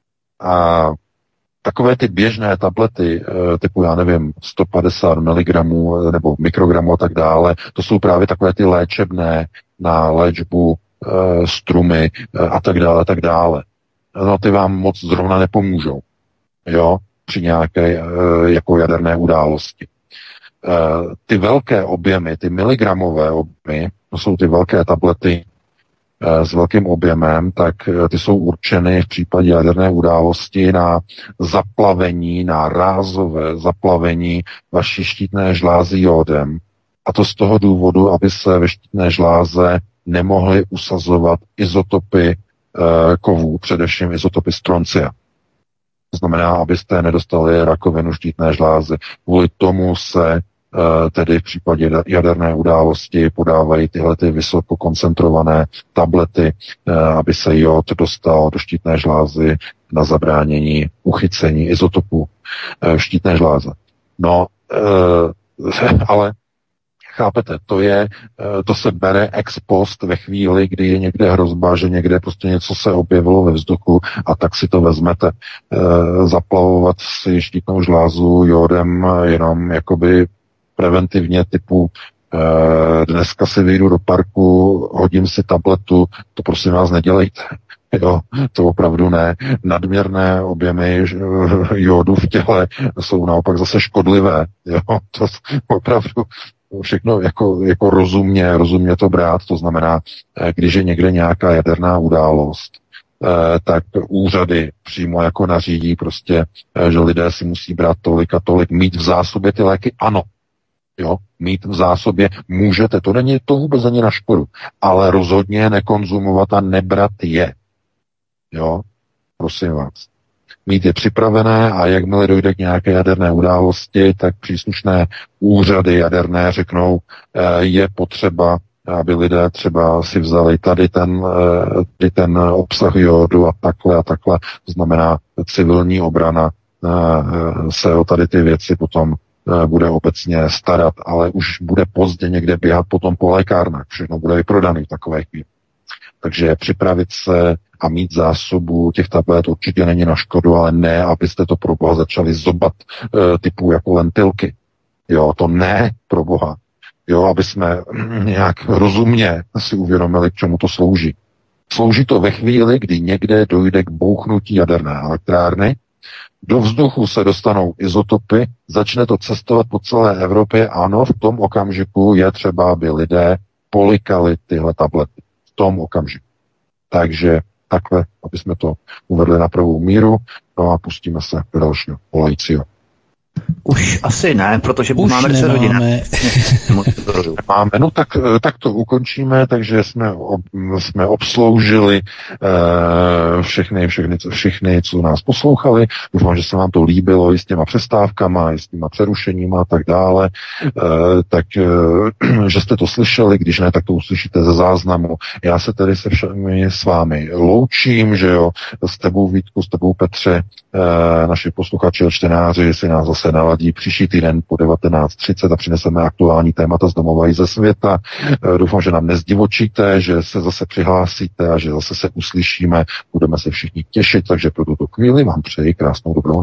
A takové ty běžné tablety typu, já nevím, sto padesát miligramů nebo mikrogramů a tak dále, to jsou právě takové ty léčebné na léčbu e, strumy e, a tak dále, tak dále. No ty vám moc zrovna nepomůžou, jo, při nějaké e, jako jaderné události. E, ty velké objemy, ty miligramové objemy, to jsou ty velké tablety s velkým objemem, tak ty jsou určeny v případě jaderné události na zaplavení, na rázové zaplavení vaší štítné žlázy jódem. A to z toho důvodu, aby se ve štítné žláze nemohly usazovat izotopy e, kovů, především izotopy stroncia. To znamená, abyste nedostali rakovinu štítné žlázy. Kvůli tomu se tedy v případě jaderné události podávají tyhle ty vysoko koncentrované tablety, aby se jod dostal do štítné žlázy na zabránění uchycení izotopu v štítné žláze. No, ale chápete, to je, to se bere ex post ve chvíli, kdy je někde hrozba, že někde prostě něco se objevilo ve vzduchu a tak si to vezmete. Zaplavovat si štítnou žlázu jodem jenom jakoby preventivně typu e, dneska si vyjdu do parku, hodím si tabletu, to prosím vás nedělejte. Jo, to opravdu ne. Nadměrné objemy jodu v těle jsou naopak zase škodlivé. Jo, to opravdu všechno jako, jako rozumně, rozumně to brát. To znamená, když je někde nějaká jaderná událost, tak úřady přímo jako nařídí prostě, že lidé si musí brát tolik a tolik, mít v zásobě ty léky, ano. Jo, mít v zásobě můžete, to není to vůbec ani na škodu, ale rozhodně nekonzumovat a nebrat je. Jo, prosím vás. Mít je připravené a jakmile dojde k nějaké jaderné události, tak příslušné úřady jaderné řeknou, je potřeba, aby lidé třeba si vzali tady ten, tady ten obsah jodu a takhle a takhle. To znamená, civilní obrana se o tady ty věci potom bude obecně starat, ale už bude pozdě někde běhat potom po lékárnách. Všechno bude vyprodaný v takové chvíli. Takže připravit se a mít zásobu těch tablet určitě není na škodu, ale ne, abyste to pro boha začali zobat e, typu jako lentilky. Jo, to ne pro boha. Jo, aby jsme nějak rozumně si uvědomili, k čemu to slouží. Slouží to ve chvíli, kdy někde dojde k bouchnutí jaderné elektrárny, do vzduchu se dostanou izotopy, začne to cestovat po celé Evropě, ano, v tom okamžiku je třeba, aby lidé polikali tyhle tablety. V tom okamžiku. Takže takhle, aby jsme to uvedli na pravou míru, no a pustíme se do dalšího volajícího. Už asi ne, protože Už máme deset hodin. Máme, no tak, tak to ukončíme, takže jsme, ob, jsme obsloužili uh, všechny, všechny, všechny, co nás poslouchali. Doufám, že se vám to líbilo i s těma přestávkama, i s těma přerušeníma a tak dále. Uh, tak, uh, že jste to slyšeli, když ne, tak to uslyšíte ze záznamu. Já se tedy se všemi s vámi loučím, že jo, s tebou Vítku, s tebou Petře, uh, naši posluchači a čtenáři si nás zase naladí příští týden po devatenáct třicet a přineseme aktuální témata z domova i ze světa. Doufám, že nám nezdivočíte, že se zase přihlásíte a že zase se uslyšíme. Budeme se všichni těšit, takže pro tuto chvíli vám přeji krásnou dobrou noc.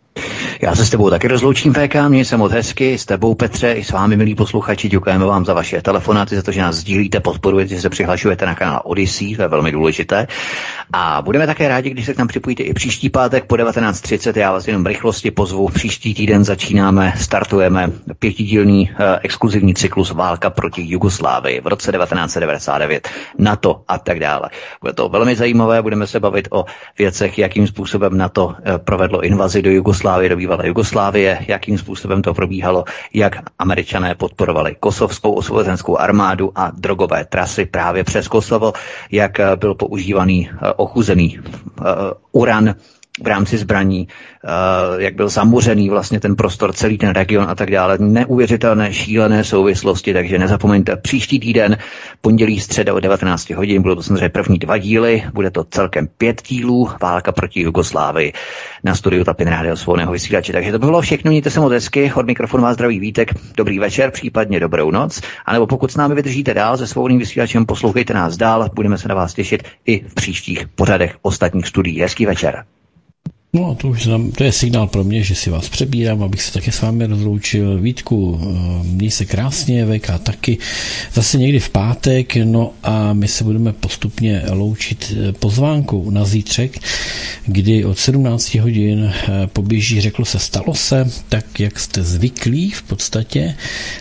Já se s tebou taky rozloučím, V K, měj se moc hezky, s tebou, Petře, i s vámi, milí posluchači, děkujeme vám za vaše telefonáty, za to, že nás sdílíte, podporujete, že se přihlašujete na kanál Odyssey, to je velmi důležité. A budeme také rádi, když se k nám připojíte i příští pátek po devatenáct třicet. Já vás jenom v rychlosti pozvu. Příští týden začínáme, startujeme pětidílný eh, exkluzivní cyklus Válka proti Jugoslávii v roce devatenáct set devadesát devět, NATO a tak dále. Bude to velmi zajímavé, budeme se bavit o věcech, jakým způsobem NATO eh, provedlo invazi do Jugoslávie, do bývalé Jugoslávie, jakým způsobem to probíhalo, jak Američané podporovali kosovskou osvobodenskou armádu a drogové trasy právě přes Kosovo, jak byl používaný ochuzený uh, uran v rámci zbraní, uh, jak byl zamořený vlastně ten prostor, celý ten region a tak dále. Neuvěřitelné, šílené souvislosti, takže nezapomeňte, příští týden, pondělí, středa o devatenáct hodin, budou to samozřejmě první dva díly, bude to celkem pět dílů, Válka proti Jugoslávii na studiu Tapin Rádio Svobodného vysílače. Takže to bylo všechno, mějte se moc hezky, od mikrofonu vás zdraví Vítek, dobrý večer, případně dobrou noc, anebo pokud s námi vydržíte dál se Svobodným vysílačem, poslouchejte nás dál, budeme se na vás těšit i v příštích pořadech ostatních studií. Hezký večer. No, to už znám, to je signál pro mě, že si vás přebírám, abych se také s vámi rozloučil. Vítku, měj se krásně, V K taky. Zase někdy v pátek, no a my se budeme postupně loučit pozvánkou na zítřek, kdy od sedmnáct hodin poběží Řeklo se, stalo se, tak jak jste zvyklí v podstatě.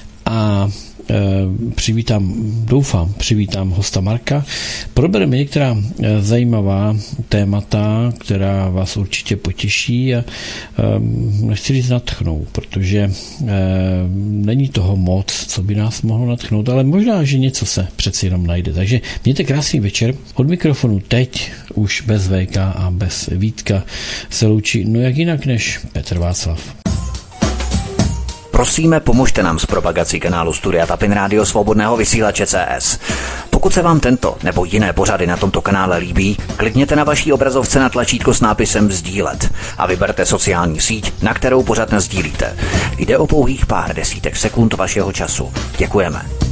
A přivítám, doufám, přivítám hosta Marka. Probereme některá zajímavá témata, která vás určitě potěší a nechci říct natchnou, protože není toho moc, co by nás mohlo natchnout, ale možná, že něco se přeci jenom najde. Takže mějte krásný večer. Od mikrofonu teď už bez V K a bez Vítka se loučí, no jak jinak než Petr Václav. Prosíme, pomožte nám s propagací kanálu Studia Tapin Rádio Svobodného vysílače C S. Pokud se vám tento nebo jiné pořady na tomto kanále líbí, klikněte na vaší obrazovce na tlačítko s nápisem sdílet a vyberte sociální síť, na kterou pořad nasdílíte. Jde o pouhých pár desítek sekund vašeho času. Děkujeme.